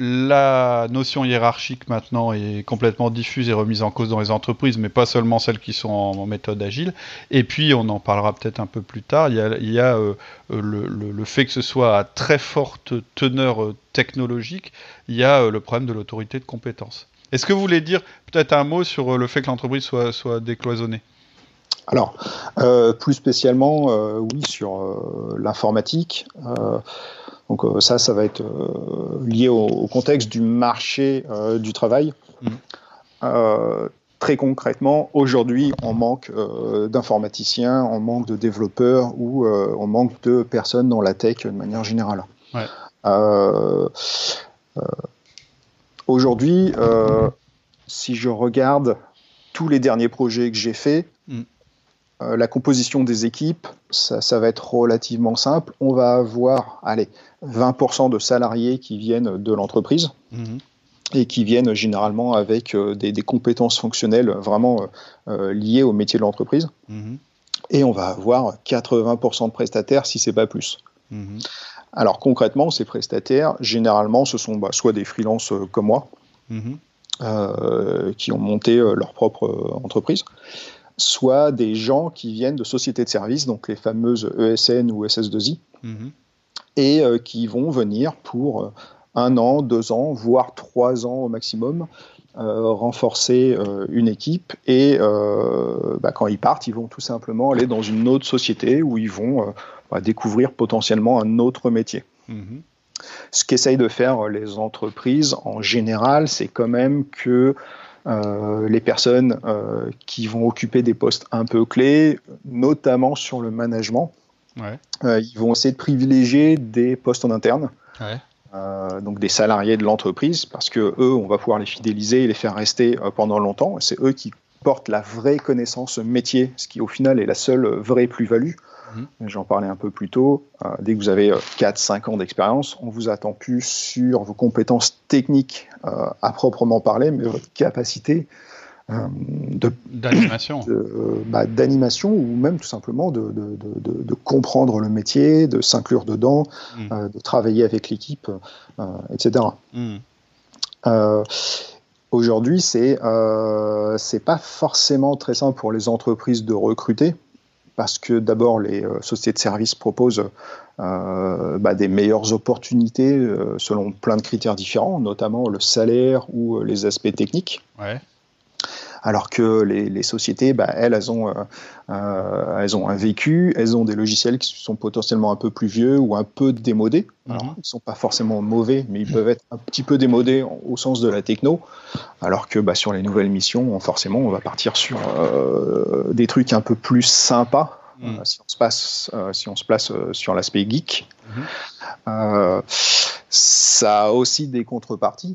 la notion hiérarchique maintenant est complètement diffuse et remise en cause dans les entreprises, mais pas seulement celles qui sont en méthode agile. Et puis, on en parlera peut-être un peu plus tard, il y a, il y a euh, le, le, le fait que ce soit à très forte teneur euh, technologique, il y a euh, le problème de l'autorité de compétence. Est-ce que vous voulez dire peut-être un mot sur euh, le fait que l'entreprise soit, soit décloisonnée ? Alors, euh, plus spécialement, euh, oui, sur euh, l'informatique. Euh, Donc euh, ça, ça va être euh, lié au, au contexte du marché euh, du travail. Mmh. Euh, très concrètement, aujourd'hui, on manque euh, d'informaticiens, on manque de développeurs ou euh, on manque de personnes dans la tech de manière générale. Ouais. Euh, euh, aujourd'hui, euh, si je regarde tous les derniers projets que j'ai faits, mmh. euh, la composition des équipes, ça, ça va être relativement simple. On va avoir, allez, vingt pour cent de salariés qui viennent de l'entreprise mmh. et qui viennent généralement avec euh, des, des compétences fonctionnelles vraiment euh, liées au métier de l'entreprise. Mmh. Et on va avoir quatre-vingts pour cent de prestataires, si ce n'est pas plus. Mmh. Alors concrètement, ces prestataires, généralement, ce sont bah, soit des freelances euh, comme moi, mmh. euh, qui ont monté euh, leur propre euh, entreprise, soit des gens qui viennent de sociétés de services, donc les fameuses E S N ou S S deux I, mmh. et euh, qui vont venir pour euh, un an, deux ans, voire trois ans au maximum, euh, renforcer euh, une équipe. Et euh, bah, quand ils partent, ils vont tout simplement aller dans une autre société où ils vont euh, bah, découvrir potentiellement un autre métier. Mmh. Ce qu'essayent de faire les entreprises en général, c'est quand même que Euh, les personnes euh, qui vont occuper des postes un peu clés, notamment sur le management, ouais. euh, ils vont essayer de privilégier des postes en interne, ouais. euh, donc des salariés de l'entreprise, parce que eux, on va pouvoir les fidéliser et les faire rester euh, pendant longtemps. C'est eux qui portent la vraie connaissance métier, ce qui au final est la seule vraie plus-value. Mmh. J'en parlais un peu plus tôt. Euh, dès que vous avez quatre à cinq ans d'expérience, on ne vous attend plus sur vos compétences techniques euh, à proprement parler, mais votre capacité euh, de, d'animation. De, bah, d'animation ou même tout simplement de, de, de, de comprendre le métier, de s'inclure dedans, mmh. euh, de travailler avec l'équipe, euh, et cetera. Mmh. Euh, aujourd'hui, c'est euh, c'est pas forcément très simple pour les entreprises de recruter, parce que d'abord, les euh, sociétés de services proposent euh, bah, des meilleures opportunités euh, selon plein de critères différents, notamment le salaire ou euh, les aspects techniques. Ouais. Alors que les, les sociétés, bah, elles, elles ont, euh, euh, elles ont un vécu, elles ont des logiciels qui sont potentiellement un peu plus vieux ou un peu démodés. Alors, mm-hmm. ils ne sont pas forcément mauvais, mais ils peuvent être un petit peu démodés au sens de la techno. Alors que bah, sur les nouvelles missions, forcément, on va partir sur euh, des trucs un peu plus sympas. Mm. Euh, si, on se passe, euh, si on se place euh, sur l'aspect geek. Mm-hmm. Euh, ça a aussi des contreparties.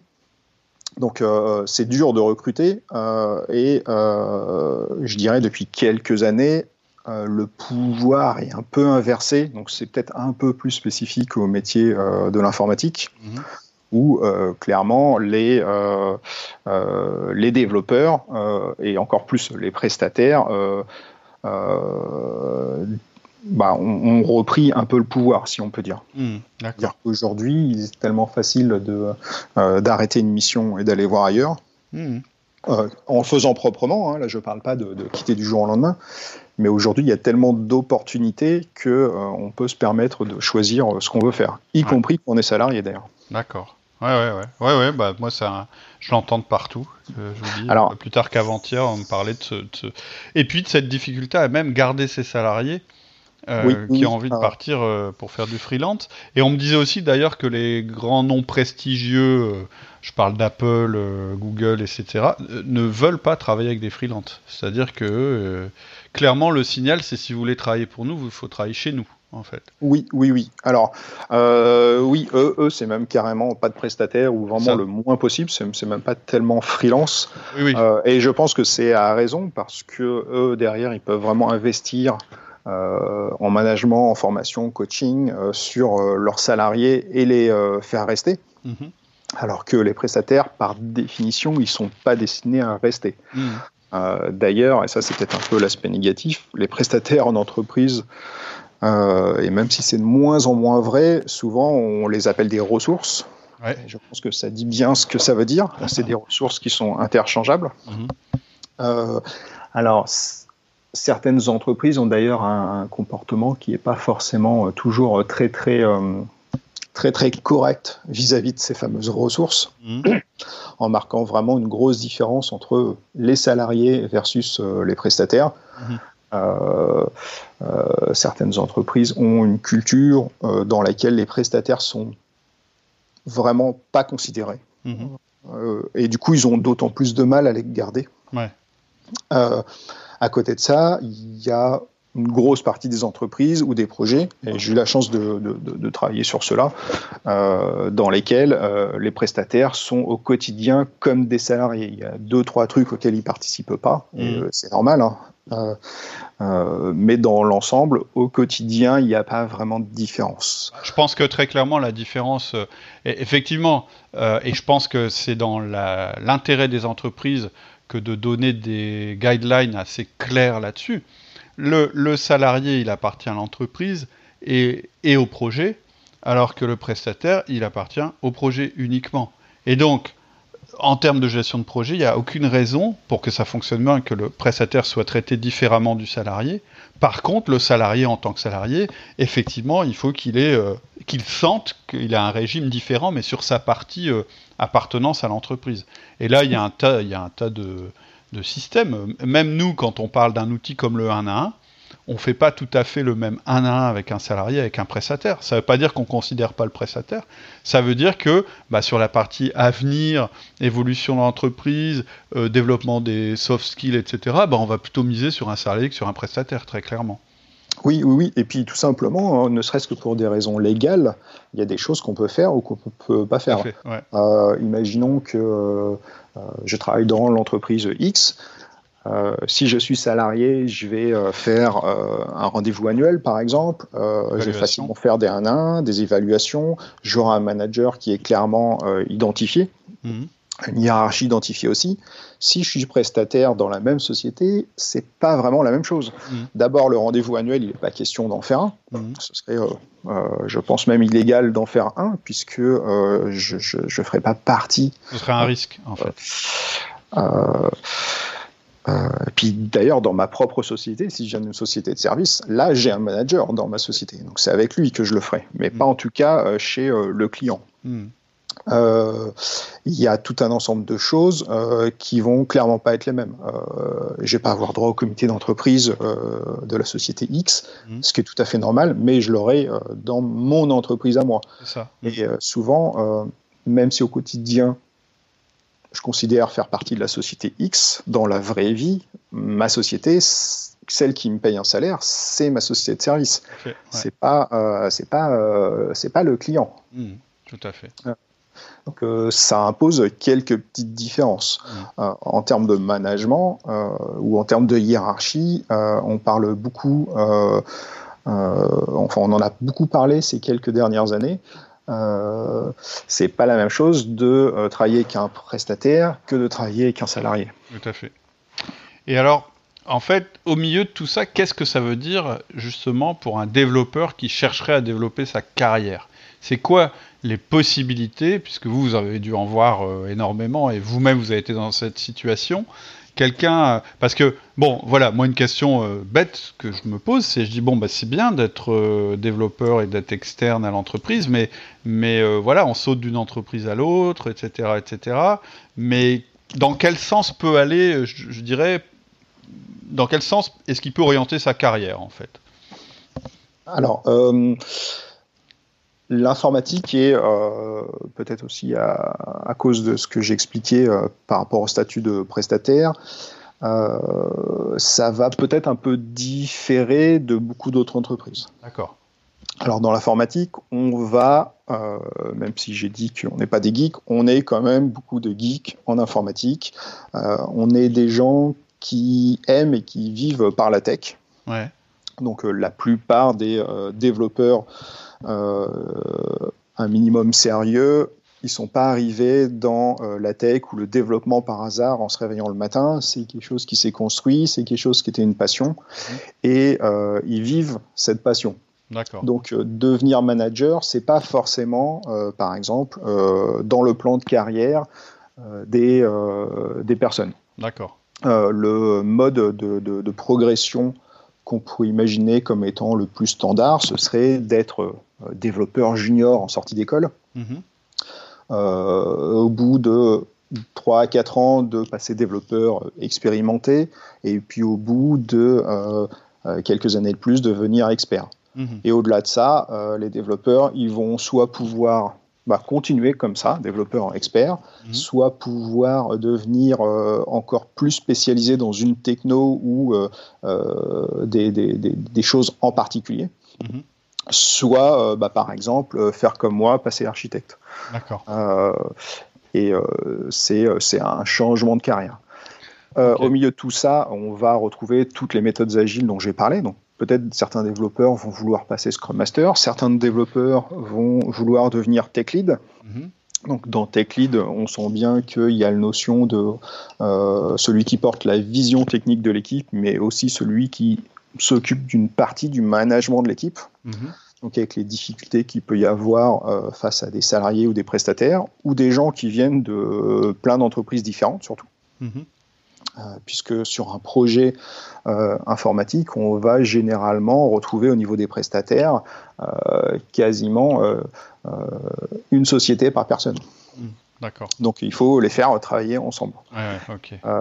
Donc euh, c'est dur de recruter euh, et euh, je dirais depuis quelques années euh, le pouvoir est un peu inversé, donc c'est peut-être un peu plus spécifique au métier euh, de l'informatique, mmh. où euh, clairement les, euh, euh, les développeurs euh, et encore plus les prestataires euh, euh, bah, ont, ont repris un peu le pouvoir, si on peut dire. Mmh, d'accord. Dire qu'aujourd'hui, c'est tellement facile de, euh, d'arrêter une mission et d'aller voir ailleurs, Mmh. euh, en le faisant proprement. Hein, là, je ne parle pas de, de quitter du jour au lendemain. Mais aujourd'hui, il y a tellement d'opportunités qu'on euh, peut se permettre de choisir ce qu'on veut faire, y Ouais. compris quand on est salarié d'ailleurs. D'accord. Ouais, ouais, ouais. Ouais, ouais, bah, moi, ça, je l'entends de partout. Euh, je vous dis, Alors, euh, plus tard qu'avant-hier, on me parlait de ce, de ce- Et puis de cette difficulté à même garder ses salariés euh, oui, qui oui, ont envie de euh, partir euh, pour faire du freelance. Et on me disait aussi d'ailleurs que les grands noms prestigieux, euh, je parle d'Apple, euh, Google, et cetera, euh, ne veulent pas travailler avec des freelances. C'est-à-dire que euh, clairement, le signal, c'est si vous voulez travailler pour nous, il faut travailler chez nous, en fait. oui, oui, oui. Alors, euh, oui, eux, eux, c'est même carrément pas de prestataire ou vraiment Ça. le moins possible. C'est, c'est même pas tellement freelance. Oui, oui. Euh, et je pense que c'est à raison parce que eux, derrière, ils peuvent vraiment investir euh, en management, en formation, coaching euh, sur euh, leurs salariés et les euh, faire rester. Mhm. Alors que les prestataires, par définition, ils sont pas destinés à rester. Mhm. Euh, d'ailleurs, et ça c'est peut-être un peu l'aspect négatif, les prestataires en entreprise, euh, et même si c'est de moins en moins vrai, souvent on les appelle des ressources. Ouais. Et je pense que ça dit bien ce que ça veut dire. C'est des ressources qui sont interchangeables. Mhm. Euh, alors, c- certaines entreprises ont d'ailleurs un, un comportement qui n'est pas forcément euh, toujours très très euh, très très correct vis-à-vis de ces fameuses ressources, Mhm. en marquant vraiment une grosse différence entre les salariés versus euh, les prestataires. Mhm. Euh, euh, certaines entreprises ont une culture euh, dans laquelle les prestataires sont vraiment pas considérés. Mhm. Euh, et du coup, ils ont d'autant plus de mal à les garder. Ouais. Euh, à côté de ça, il y a une grosse partie des entreprises ou des projets, et j'ai eu la chance de, de, de, de travailler sur cela, euh, dans lesquels euh, les prestataires sont au quotidien comme des salariés. Il y a deux, trois trucs auxquels ils ne participent pas, et Mhm. euh, c'est normal, hein. Euh, euh, mais dans l'ensemble, au quotidien, il n'y a pas vraiment de différence. Je pense que très clairement la différence, euh, est- effectivement, euh, et je pense que c'est dans la- l'intérêt des entreprises que de donner des guidelines assez clairs là-dessus. Le, le salarié, il appartient à l'entreprise et, et au projet, alors que le prestataire, il appartient au projet uniquement. Et donc, en termes de gestion de projet, il n'y a aucune raison pour que ça fonctionne bien, que le prestataire soit traité différemment du salarié. Par contre, le salarié en tant que salarié, effectivement, il faut qu'il ait, euh, qu'il sente qu'il a un régime différent, mais sur sa partie euh, appartenance à l'entreprise. Et là, il y a un tas, il y a un tas de, de systèmes. Même nous, quand on parle d'un outil comme le un à un, on ne fait pas tout à fait le même un à un avec un salarié, avec un prestataire. Ça ne veut pas dire qu'on ne considère pas le prestataire. Ça veut dire que bah, sur la partie avenir, évolution de l'entreprise, euh, développement des soft skills, et cetera, bah, on va plutôt miser sur un salarié que sur un prestataire, très clairement. Oui, oui, oui. Et puis tout simplement, hein, ne serait-ce que pour des raisons légales, il y a des choses qu'on peut faire ou qu'on ne peut pas faire. Tout à fait, ouais. Euh, imaginons que euh, je travaille dans l'entreprise X. Euh, si je suis salarié, je vais euh, faire euh, un rendez-vous annuel, par exemple. Euh, je vais facilement faire des un à un, des évaluations. J'aurai un manager qui est clairement euh, identifié, Mmh. une hiérarchie identifiée aussi. Si je suis prestataire dans la même société, c'est pas vraiment la même chose. Mmh. D'abord, le rendez-vous annuel, il n'est pas question d'en faire un. Mmh. Ce serait, euh, euh, je pense même illégal d'en faire un, puisque euh, je ne ferai pas partie. Ce serait un risque, en fait. Euh, Euh, et puis d'ailleurs, dans ma propre société, si j'ai une société de service, là j'ai un manager dans ma société, donc c'est avec lui que je le ferai, mais Mm. pas en tout cas euh, chez euh, le client. Mm. Euh, il y a tout un ensemble de choses euh, qui vont clairement pas être les mêmes. Euh, je vais pas avoir droit au comité d'entreprise euh, de la société X, Mm. ce qui est tout à fait normal, mais je l'aurai euh, dans mon entreprise à moi. C'est ça. Mm. Et euh, souvent, euh, même si au quotidien je considère faire partie de la société X, dans la vraie vie, ma société, celle qui me paye un salaire, c'est ma société de service. Fait, ouais. C'est pas, euh, c'est pas, euh, c'est pas le client. Mm. Tout à fait. Donc euh, ça impose quelques petites différences. Mm. Euh, en termes de management euh, ou en termes de hiérarchie, euh, on parle beaucoup, euh, euh, enfin on en a beaucoup parlé ces quelques dernières années. Euh, c'est pas la même chose de euh, travailler avec un prestataire que de travailler avec un salarié. Tout à fait. Et alors, en fait, au milieu de tout ça, qu'est-ce que ça veut dire justement pour un développeur qui chercherait à développer sa carrière ? C'est quoi les possibilités, puisque vous, vous avez dû en voir euh, énormément et vous-même, vous avez été dans cette situation. Quelqu'un, euh, parce que, bon, voilà, moi, une question euh, bête que je me pose, c'est, je dis, bon, bah, c'est bien d'être euh, développeur et d'être externe à l'entreprise, mais, mais euh, voilà, on saute d'une entreprise à l'autre, et cetera, et cetera. Mais dans quel sens peut aller, je, je dirais, dans quel sens est-ce qu'il peut orienter sa carrière, en fait ? Alors, euh, l'informatique est, euh, peut-être aussi à, à cause de ce que j'expliquais euh, par rapport au statut de prestataire, euh, ça va peut-être un peu différer de beaucoup d'autres entreprises. D'accord. Alors, dans l'informatique, on va, euh, même si j'ai dit qu'on n'est pas des geeks, on est quand même beaucoup de geeks en informatique. Euh, on est des gens qui aiment et qui vivent par la tech. Ouais. Donc, euh, la plupart des euh, développeurs Euh, un minimum sérieux, ils ne sont pas arrivés dans euh, la tech ou le développement par hasard en se réveillant le matin. C'est quelque chose qui s'est construit, c'est quelque chose qui était une passion, mmh. et euh, ils vivent cette passion. D'accord. Donc euh, devenir manager, c'est pas forcément, euh, par exemple, euh, dans le plan de carrière euh, des, euh, des personnes. D'accord. Euh, le mode de, de, de progression qu'on pourrait imaginer comme étant le plus standard, ce serait d'être euh, développeur junior en sortie d'école. Mmh. Euh, au bout de trois à quatre ans, de passer développeur expérimenté, et puis au bout de euh, quelques années de plus, devenir expert. Mmh. Et au-delà de ça, euh, les développeurs, ils vont soit pouvoir bah, continuer comme ça, développeur expert, mmh. soit pouvoir devenir euh, encore plus spécialisé dans une techno ou euh, euh, des, des, des, des choses en particulier, mmh. soit, euh, bah, par exemple, faire comme moi, passer architecte. D'accord. Euh, et euh, c'est, c'est un changement de carrière. Euh, okay. Au milieu de tout ça, on va retrouver toutes les méthodes agiles dont j'ai parlé. Donc, peut-être certains développeurs vont vouloir passer Scrum Master, certains développeurs vont vouloir devenir Tech Lead. Mm-hmm. Donc, dans Tech Lead, on sent bien qu'il y a la notion de euh, celui qui porte la vision technique de l'équipe, mais aussi celui qui s'occupe d'une partie du management de l'équipe. Mm-hmm. Donc, avec les difficultés qu'il peut y avoir euh, face à des salariés ou des prestataires, ou des gens qui viennent de euh, plein d'entreprises différentes, surtout. Mm-hmm. Euh, puisque sur un projet euh, informatique, on va généralement retrouver au niveau des prestataires euh, quasiment euh, euh, une société par personne. Mmh, d'accord. Donc il faut les faire travailler ensemble. Ouais, ouais, okay. euh,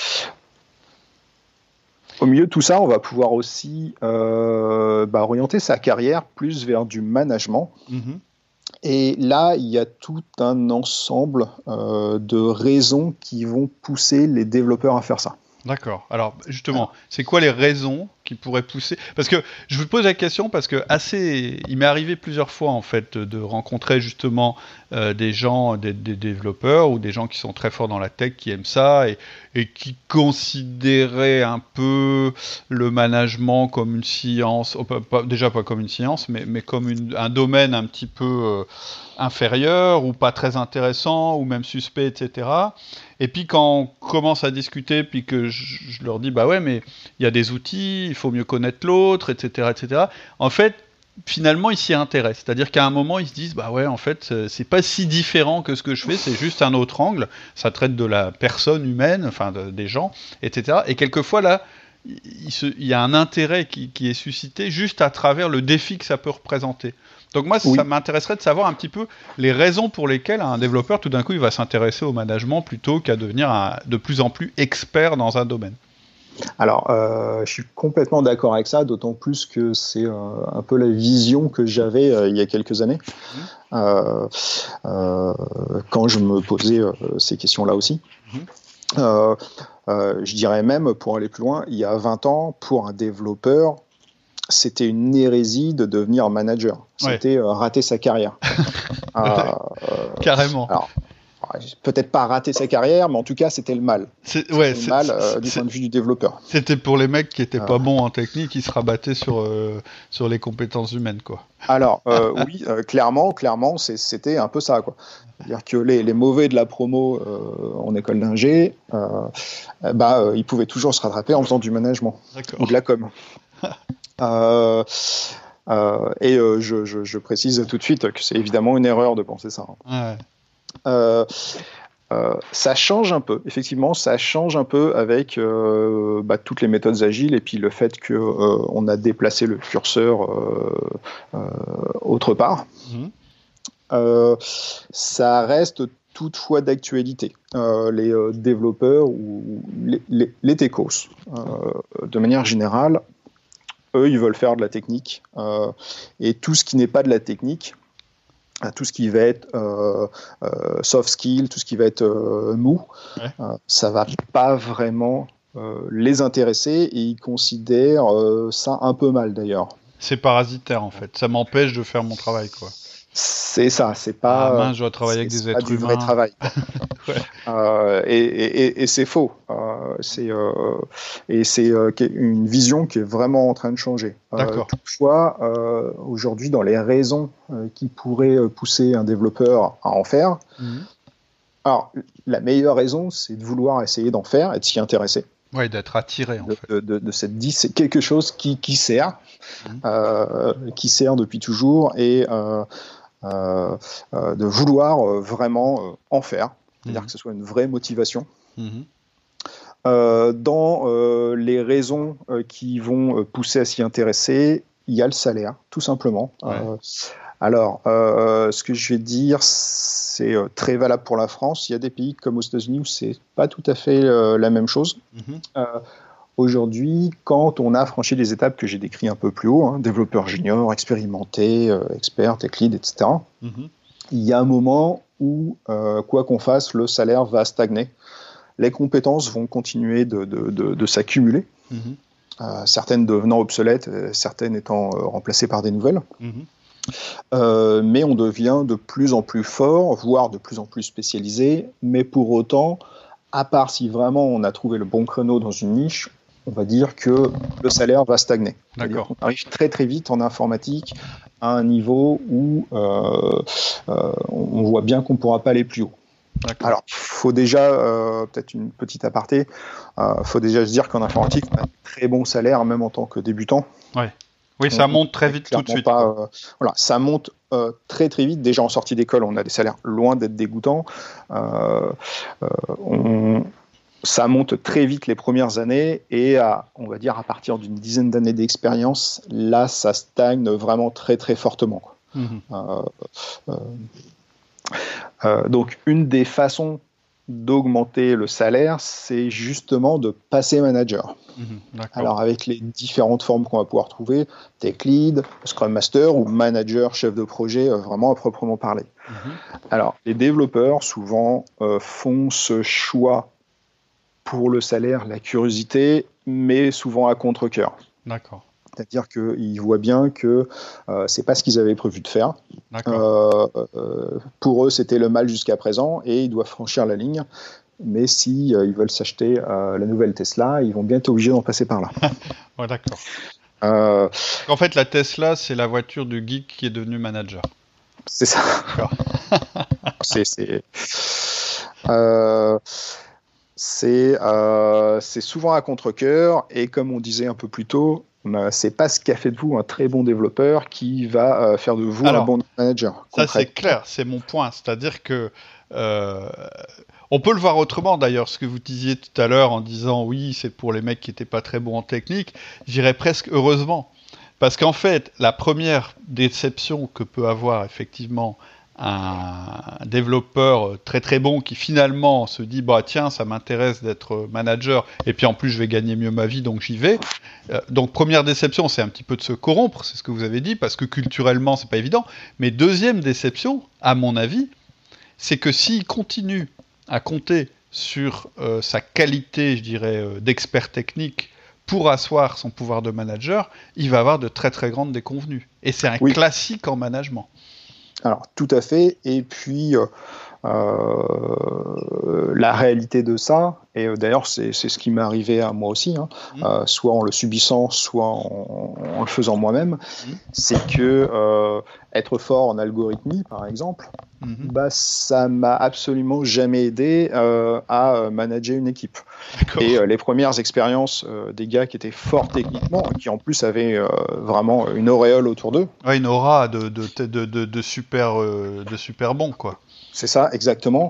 au milieu de tout ça, on va pouvoir aussi euh, bah, orienter sa carrière plus vers du management. Mmh. Et là, il y a tout un ensemble euh, de raisons qui vont pousser les développeurs à faire ça. D'accord. Alors, justement, Alors. c'est quoi les raisons qui pourraient pousser ? Parce que je vous pose la question parce que assez, il m'est arrivé plusieurs fois en fait de rencontrer justement euh, des gens, des, des développeurs ou des gens qui sont très forts dans la tech, qui aiment ça et, et qui considéraient un peu le management comme une science, oh, pas, pas, déjà pas comme une science, mais, mais comme une, un domaine un petit peu euh, inférieur ou pas très intéressant ou même suspect, et cetera. Et puis quand on commence à discuter, puis que je, je leur dis, bah ouais, mais il y a des outils, il faut mieux connaître l'autre, et cetera, et cetera. En fait, finalement, ils s'y intéressent. C'est-à-dire qu'à un moment, ils se disent, bah ouais, en fait, c'est pas si différent que ce que je fais, c'est juste un autre angle. Ça traite de la personne humaine, enfin de, des gens, et cetera. Et quelquefois, là, il, se, il y a un intérêt qui, qui est suscité juste à travers le défi que ça peut représenter. Donc moi, oui. ça m'intéresserait de savoir un petit peu les raisons pour lesquelles un développeur, tout d'un coup, il va s'intéresser au management plutôt qu'à devenir un, de plus en plus expert dans un domaine. Alors, euh, je suis complètement d'accord avec ça, d'autant plus que c'est euh, un peu la vision que j'avais euh, il y a quelques années, mmh. euh, euh, quand je me posais euh, ces questions-là aussi. Mmh. Euh, euh, je dirais même, pour aller plus loin, il y a vingt ans, pour un développeur, c'était une hérésie de devenir manager. C'était ouais. euh, rater sa carrière. euh, Carrément. Alors, peut-être pas raté sa carrière, mais en tout cas, c'était le mal. C'est, ouais, c'était c'est, le mal c'est, euh, du c'est, point de vue du développeur. C'était pour les mecs qui étaient Euh, pas bons en technique, qui se rabattaient sur, euh, sur les compétences humaines, quoi. Alors, euh, oui, euh, clairement, clairement, c'est, c'était un peu ça, quoi. C'est-à-dire que les, les mauvais de la promo euh, en école d'ingé, euh, bah, euh, ils pouvaient toujours se rattraper en faisant du management D'accord. ou de la com. euh, euh, et euh, je, je, je précise tout de suite que c'est évidemment une erreur de penser ça. Ouais. Euh, euh, ça change un peu, effectivement, ça change un peu avec euh, bah, toutes les méthodes agiles et puis le fait qu'on euh, a déplacé le curseur euh, euh, autre part. Mmh. Euh, ça reste toutefois d'actualité. Euh, les euh, développeurs ou les, les, les techos, euh, de manière générale, eux, ils veulent faire de la technique. Euh, et tout ce qui n'est pas de la technique, tout ce qui va être euh, euh, soft skill, tout ce qui va être euh, mou, ouais. euh, ça va pas vraiment euh, les intéresser et ils considèrent euh, ça un peu mal d'ailleurs. C'est parasitaire en fait, ça m'empêche de faire mon travail, quoi. C'est ça, c'est pas. Ah mince, je dois travailler avec des êtres du humains. Vrai travail. Ouais. euh, et, et, et c'est faux. Euh, c'est euh, et c'est euh, une vision qui est vraiment en train de changer. D'accord. Euh, toutefois, euh, aujourd'hui, dans les raisons euh, qui pourraient pousser un développeur à en faire, mmh. alors la meilleure raison, c'est de vouloir essayer d'en faire et de s'y intéresser. Oui, d'être attiré en de, fait. De, de, de cette dit, c'est quelque chose qui, qui sert, mmh. euh, qui sert depuis toujours et euh, Euh, euh, de vouloir euh, vraiment euh, en faire, c'est-à-dire mmh. que ce soit une vraie motivation. Mmh. Euh, dans euh, les raisons euh, qui vont pousser à s'y intéresser, il y a le salaire, tout simplement. Ouais. Euh, alors, euh, ce que je vais dire, c'est euh, très valable pour la France. Il y a des pays comme aux États-Unis où c'est pas tout à fait euh, la même chose. Mmh. Euh, Aujourd'hui, quand on a franchi les étapes que j'ai décrites un peu plus haut, hein, développeur junior, expérimenté, euh, expert, tech lead, et cetera, mm-hmm. il y a un moment où, euh, quoi qu'on fasse, le salaire va stagner. Les compétences vont continuer de, de, de, de s'accumuler, mm-hmm. euh, certaines devenant obsolètes, certaines étant euh, remplacées par des nouvelles. Mm-hmm. Euh, mais on devient de plus en plus fort, voire de plus en plus spécialisé, mais pour autant, à part si vraiment on a trouvé le bon créneau dans une niche, on va dire que le salaire va stagner. D'accord. On arrive très très vite en informatique à un niveau où euh, euh, on voit bien qu'on ne pourra pas aller plus haut. D'accord. Alors, il faut déjà, euh, peut-être une petite aparté, il euh, faut déjà se dire qu'en informatique, on a un très bon salaire, même en tant que débutant. Ouais. Oui, ça on, monte très vite tout de suite. Pas, euh, voilà, ça monte euh, très très vite. Déjà en sortie d'école, on a des salaires loin d'être dégoûtants. Euh, euh, on, ça monte très vite les premières années et à, on va dire à partir d'une dizaine d'années d'expérience, là, ça stagne vraiment très très fortement. Quoi. Mmh. Euh, euh, euh, donc, une des façons d'augmenter le salaire, c'est justement de passer manager. Mmh, alors avec les différentes formes qu'on va pouvoir trouver, tech lead, scrum master ou manager, chef de projet, euh, vraiment à proprement parler. Mmh. Alors les développeurs souvent euh, font ce choix pour le salaire, la curiosité, mais souvent à contre-cœur. D'accord. C'est-à-dire qu'ils voient bien que euh, c'est pas ce qu'ils avaient prévu de faire. Euh, euh, pour eux, c'était le mal jusqu'à présent et ils doivent franchir la ligne. Mais si euh, ils veulent s'acheter euh, la nouvelle Tesla, ils vont bien être obligés d'en passer par là. Ouais, d'accord. Euh... En fait, la Tesla, c'est la voiture du geek qui est devenu manager. C'est ça. c'est c'est, euh, c'est, euh, c'est souvent à contre-cœur et comme on disait un peu plus tôt, c'est pas ce qu'a fait de vous un très bon développeur qui va euh, faire de vous Alors, un bon manager. Ça, c'est clair, c'est mon point. C'est-à-dire que euh, on peut le voir autrement d'ailleurs, ce que vous disiez tout à l'heure en disant oui, c'est pour les mecs qui n'étaient pas très bons en technique. J'irais presque heureusement. Parce qu'en fait, la première déception que peut avoir effectivement un développeur très très bon qui finalement se dit bah tiens ça m'intéresse d'être manager et puis en plus je vais gagner mieux ma vie donc j'y vais euh, donc première déception c'est un petit peu de se corrompre, c'est ce que vous avez dit parce que culturellement c'est pas évident, mais deuxième déception à mon avis c'est que s'il continue à compter sur euh, sa qualité je dirais euh, d'expert technique pour asseoir son pouvoir de manager, il va avoir de très très grandes déconvenues et c'est un oui. classique en management. Alors, tout à fait. Et puis, euh, Euh, la réalité de ça, et d'ailleurs c'est, c'est ce qui m'est arrivé à moi aussi, hein, mmh. euh, soit en le subissant, soit en, en le faisant moi-même, mmh. c'est que euh, être fort en algorithmie, par exemple, mmh. bah, ça m'a absolument jamais aidé euh, à manager une équipe. D'accord. Et euh, les premières expériences euh, des gars qui étaient forts techniquement, qui en plus avaient euh, vraiment une auréole autour d'eux. Ouais, une aura de, de, de, de, de, super, euh, de super bon, quoi. C'est ça, exactement.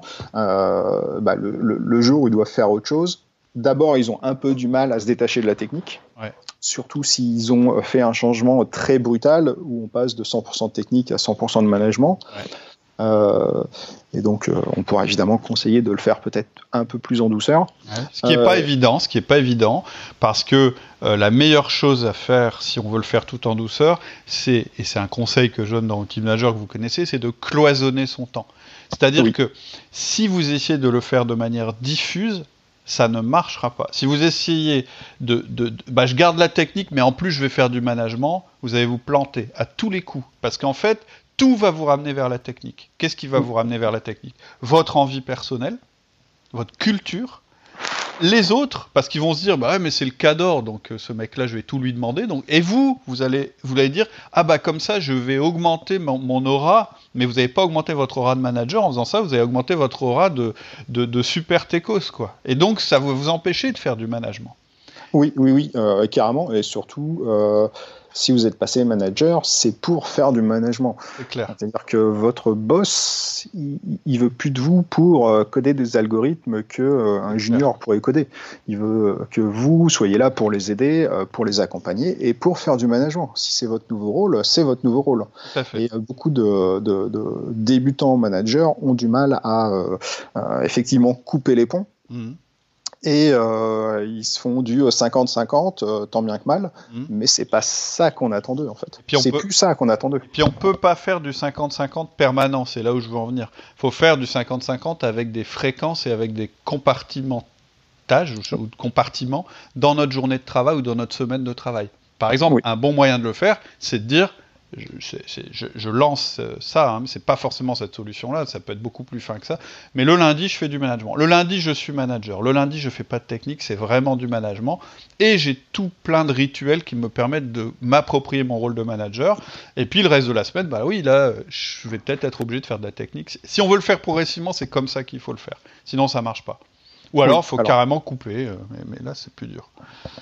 Euh, bah, le, le, le jour où ils doivent faire autre chose, d'abord, ils ont un peu du mal à se détacher de la technique. Ouais. Surtout s'ils ont fait un changement très brutal où on passe de cent pour cent de technique à cent pour cent de management. Ouais. Euh, et donc, euh, on pourra évidemment conseiller de le faire peut-être un peu plus en douceur. Ouais, ce qui n'est euh, pas évident, ce qui est pas évident, parce que euh, la meilleure chose à faire, si on veut le faire tout en douceur, c'est, et c'est un conseil que je donne dans Outil Manager que vous connaissez, c'est de cloisonner son temps. C'est-à-dire oui. que si vous essayez de le faire de manière diffuse, ça ne marchera pas. Si vous essayez de... de, de bah, je garde la technique, mais en plus je vais faire du management, vous allez vous planter à tous les coups. Parce qu'en fait, tout va vous ramener vers la technique. Qu'est-ce qui va vous ramener vers la technique ? Votre envie personnelle, votre culture, les autres, parce qu'ils vont se dire, bah ouais, mais c'est le cadre, donc euh, ce mec-là, je vais tout lui demander. Donc, et vous, vous allez, vous allez dire, ah bah comme ça, je vais augmenter mon, mon aura, mais vous n'avez pas augmenté votre aura de manager. En faisant ça, vous allez augmenter votre aura de, de, de super techos, quoi. Et donc, ça va vous empêcher de faire du management. Oui, oui, oui, euh, carrément, et surtout... Euh... Si vous êtes passé manager, c'est pour faire du management. C'est clair. C'est-à-dire que votre boss, il, il veut plus de vous pour euh, coder des algorithmes que euh, un junior clair. Pourrait coder. Il veut que vous soyez là pour les aider, euh, pour les accompagner et pour faire du management. Si c'est votre nouveau rôle, c'est votre nouveau rôle. Tout à fait. Et euh, beaucoup de, de, de débutants managers ont du mal à euh, euh, effectivement couper les ponts. Mmh. Et euh, ils se font du cinquante cinquante, euh, tant bien que mal, mmh. mais c'est pas ça qu'on attend d'eux en fait. C'est peut... plus ça qu'on attend d'eux. Puis on peut pas faire du cinquante cinquante permanent, c'est là où je veux en venir. Il faut faire du cinquante cinquante avec des fréquences et avec des compartimentages ou de compartiments dans notre journée de travail ou dans notre semaine de travail. Par exemple, oui. un bon moyen de le faire, c'est de dire, je, c'est, c'est, je, je lance ça, hein, mais c'est pas forcément cette solution-là, ça peut être beaucoup plus fin que ça, mais le lundi, je fais du management. Le lundi, je suis manager. Le lundi, je fais pas de technique, c'est vraiment du management. Et j'ai tout plein de rituels qui me permettent de m'approprier mon rôle de manager. Et puis, le reste de la semaine, bah oui, là, je vais peut-être être obligé de faire de la technique. Si on veut le faire progressivement, c'est comme ça qu'il faut le faire. Sinon, ça marche pas. Ou alors, il oui, faut alors... carrément couper, mais, mais là, c'est plus dur.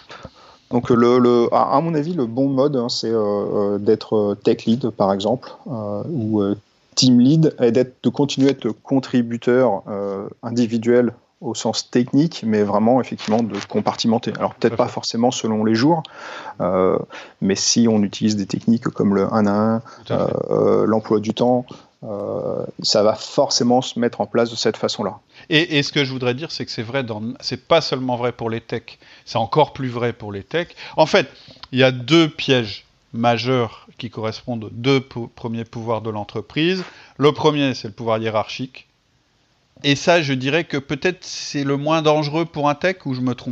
Donc, le, le, à mon avis, le bon mode, hein, c'est euh, d'être tech lead, par exemple, euh, ou euh, team lead, et d'être, de continuer à être le contributeur euh, individuel au sens technique, mais vraiment, effectivement, de compartimenter. Alors, peut-être pas forcément selon les jours, euh, mais si on utilise des techniques comme le un à un, euh, l'emploi du temps, Euh, ça va forcément se mettre en place de cette façon-là. Et, et ce que je voudrais dire, c'est que c'est vrai, dans, c'est pas seulement vrai pour les techs, c'est encore plus vrai pour les techs. En fait, il y a deux pièges majeurs qui correspondent aux deux po- premiers pouvoirs de l'entreprise. Le premier, c'est le pouvoir hiérarchique. Et ça, je dirais que peut-être c'est le moins dangereux pour un tech, ou je me trompe ?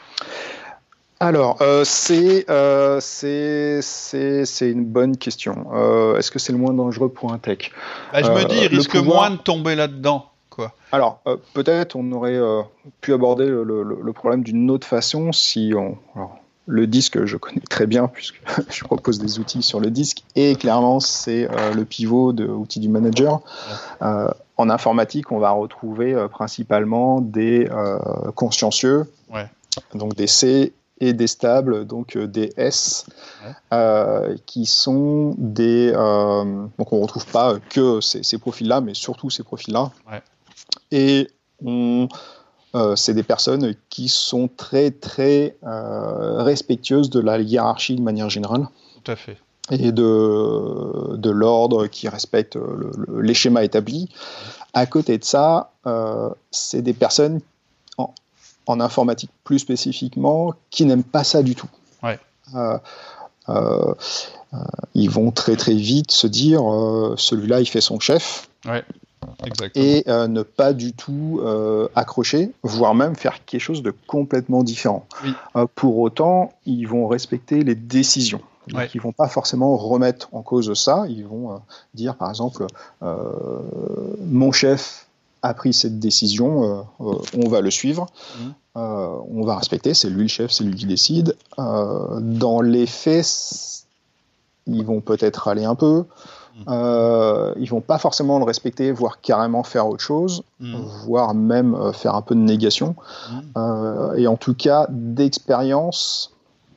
Alors, euh, c'est, euh, c'est, c'est, c'est une bonne question. Euh, est-ce que c'est le moins dangereux pour un tech ? bah, Je euh, me dis, il risque pouvoir... moins de tomber là-dedans, quoi. Alors, euh, peut-être on aurait euh, pu aborder le, le, le problème d'une autre façon si on... Alors, le disque, je connais très bien puisque je propose des outils sur le disque et clairement, c'est euh, le pivot de l'outil du manager. Ouais. Euh, en informatique, on va retrouver euh, principalement des euh, consciencieux, ouais. donc des C et des stables, donc euh, des S, ouais. euh, qui sont des... Euh, donc on ne retrouve pas que ces, ces profils-là, mais surtout ces profils-là. Ouais. Et on, euh, c'est des personnes qui sont très, très euh, respectueuses de la hiérarchie de manière générale. Tout à fait. Et de, de l'ordre, qui respectent le, le, les schémas établis. À côté de ça, euh, c'est des personnes... En, en informatique plus spécifiquement, qui n'aiment pas ça du tout. Ouais. Euh, euh, euh, ils vont très très vite se dire euh, celui-là il fait son chef. Ouais. Exactement. Et euh, ne pas du tout euh, accrocher, voire même faire quelque chose de complètement différent. Oui. Euh, pour autant, ils vont respecter les décisions. Donc, ouais. Ils ne vont pas forcément remettre en cause ça. Ils vont euh, dire, par exemple, euh, mon chef a pris cette décision, euh, euh, on va le suivre, Mmh. euh, on va respecter, c'est lui le chef, c'est lui qui décide. Euh, dans les faits, ils vont peut-être aller un peu, euh, ils vont pas forcément le respecter, voire carrément faire autre chose, Mmh. voire même euh, faire un peu de négation. Mmh. Euh, et en tout cas, d'expérience,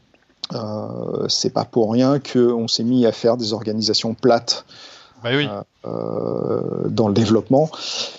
euh, c'est pas pour rien qu'on s'est mis à faire des organisations plates Bah oui. euh, euh, dans le développement.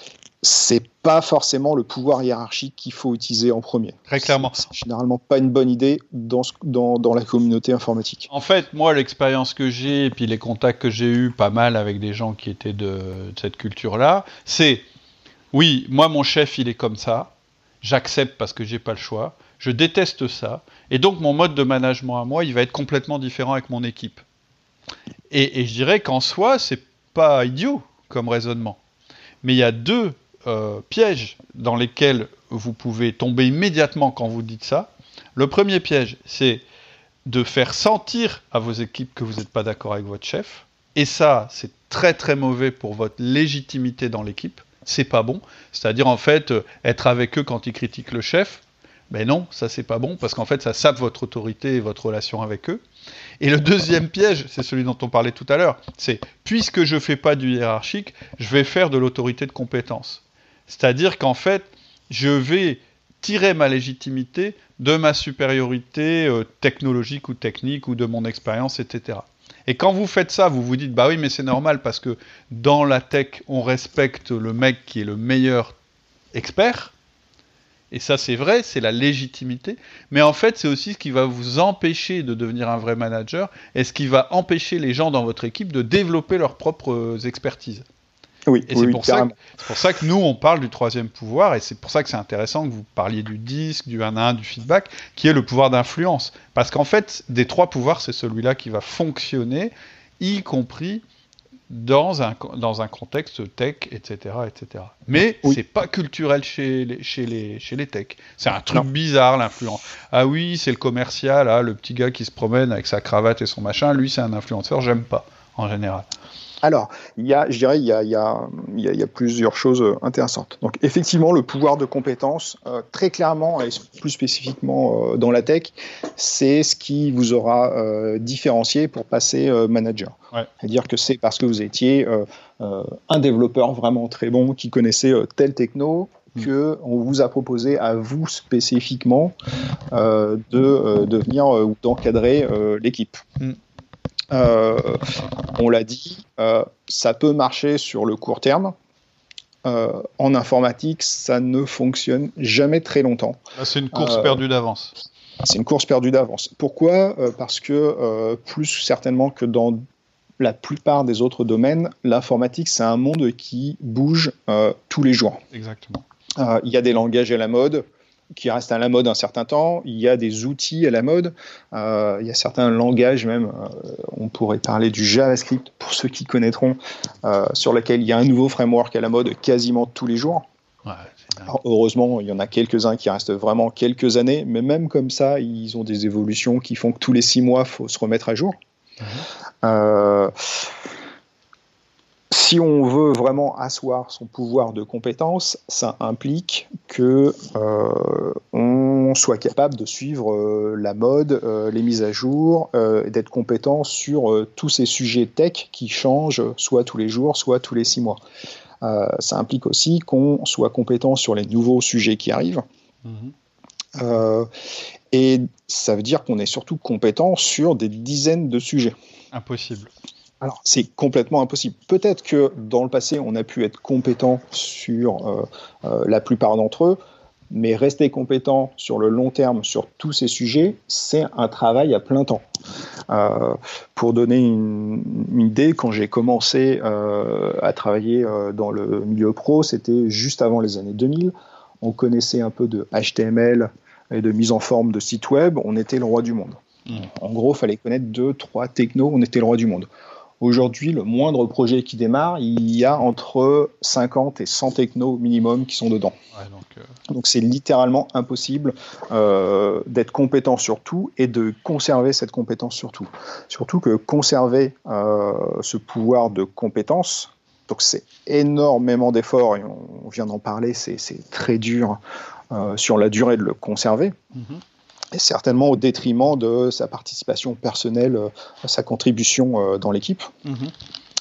C'est pas forcément le pouvoir hiérarchique qu'il faut utiliser en premier. Très clairement. C'est, c'est généralement pas une bonne idée dans, ce, dans, dans la communauté informatique. En fait, moi, l'expérience que j'ai et puis les contacts que j'ai eus pas mal avec des gens qui étaient de, de cette culture-là, c'est oui, moi, mon chef, il est comme ça. J'accepte parce que j'ai pas le choix. Je déteste ça. Et donc, mon mode de management à moi, il va être complètement différent avec mon équipe. Et, et je dirais qu'en soi, c'est pas idiot comme raisonnement. Mais il y a deux euh, pièges dans lesquels vous pouvez tomber immédiatement quand vous dites ça. Le premier piège, c'est de faire sentir à vos équipes que vous n'êtes pas d'accord avec votre chef. Et ça, c'est très très mauvais pour votre légitimité dans l'équipe. C'est pas bon. C'est-à-dire, en fait, euh, être avec eux quand ils critiquent le chef, ben non, ça c'est pas bon, parce qu'en fait, ça sape votre autorité et votre relation avec eux. Et le deuxième piège, c'est celui dont on parlait tout à l'heure, c'est, puisque je fais pas du hiérarchique, je vais faire de l'autorité de compétence. C'est-à-dire qu'en fait, je vais tirer ma légitimité de ma supériorité euh, technologique ou technique ou de mon expérience, et cetera. Et quand vous faites ça, vous vous dites, bah oui, mais c'est normal parce que dans la tech, on respecte le mec qui est le meilleur expert. Et ça, c'est vrai, c'est la légitimité. Mais en fait, c'est aussi ce qui va vous empêcher de devenir un vrai manager et ce qui va empêcher les gens dans votre équipe de développer leurs propres expertises. Oui, et oui, c'est, oui, pour ça que, c'est pour ça que nous, on parle du troisième pouvoir, et c'est pour ça que c'est intéressant que vous parliez du disque, du un à un, du feedback, qui est le pouvoir d'influence. Parce qu'en fait, des trois pouvoirs, c'est celui-là qui va fonctionner, y compris dans un, dans un contexte tech, et cetera, et cetera. Mais oui. c'est pas culturel chez les, chez les, chez les techs. C'est un truc non. bizarre, l'influence. Ah oui, c'est le commercial, là, le petit gars qui se promène avec sa cravate et son machin, lui, c'est un influenceur, j'aime pas, en général. Alors, il y a, je dirais, il y a, il y a, il y a, il y a plusieurs choses intéressantes. Donc, effectivement, le pouvoir de compétence, euh, très clairement, et plus spécifiquement euh, dans la tech, c'est ce qui vous aura euh, différencié pour passer euh, manager. Ouais. C'est-à-dire que c'est parce que vous étiez euh, euh, un développeur vraiment très bon qui connaissait euh, tel techno mmh. qu'on vous a proposé à vous spécifiquement euh, de, euh, de venir euh, ou d'encadrer euh, l'équipe. Mmh. Euh, on l'a dit, euh, ça peut marcher sur le court terme. Euh, en informatique, ça ne fonctionne jamais très longtemps. Là, c'est une course euh, perdue d'avance. C'est une course perdue d'avance. Pourquoi ? euh, Parce que, euh, plus certainement que dans la plupart des autres domaines, l'informatique, c'est un monde qui bouge euh, tous les jours. Exactement. Euh, il y a des langages à la mode qui restent à la mode un certain temps, il y a des outils à la mode, euh, il y a certains langages même, euh, on pourrait parler du JavaScript, pour ceux qui connaîtront, euh, sur lequel il y a un nouveau framework à la mode quasiment tous les jours. Ouais, Alors, heureusement, il y en a quelques-uns qui restent vraiment quelques années, mais même comme ça, ils ont des évolutions qui font que tous les six mois, il faut se remettre à jour. Mmh. Euh, Si on veut vraiment asseoir son pouvoir de compétence, ça implique que euh, on soit capable de suivre euh, la mode, euh, les mises à jour, euh, d'être compétent sur euh, tous ces sujets tech qui changent soit tous les jours, soit tous les six mois. Euh, ça implique aussi qu'on soit compétent sur les nouveaux sujets qui arrivent. Mmh. Euh, et ça veut dire qu'on est surtout compétent sur des dizaines de sujets. Impossible. Alors, c'est complètement impossible. Peut-être que dans le passé, on a pu être compétent sur euh, euh, la plupart d'entre eux, mais rester compétent sur le long terme sur tous ces sujets, c'est un travail à plein temps. Euh, pour donner une, une idée, quand j'ai commencé euh, à travailler euh, dans le milieu pro, c'était juste avant les années deux mille. On connaissait un peu de H T M L et de mise en forme de sites web. On était le roi du monde. Mmh. En gros, il fallait connaître deux, trois technos. On était le roi du monde. Aujourd'hui, le moindre projet qui démarre, il y a entre cinquante et cent technos minimum qui sont dedans. Ouais, donc, euh... donc c'est littéralement impossible euh, d'être compétent sur tout et de conserver cette compétence sur tout. Surtout que conserver euh, ce pouvoir de compétence, Donc c'est énormément d'efforts, et on, on vient d'en parler, c'est, c'est très dur euh, sur la durée de le conserver. Mm-hmm. Et certainement au détriment de sa participation personnelle, euh, sa contribution euh, dans l'équipe. Mm-hmm.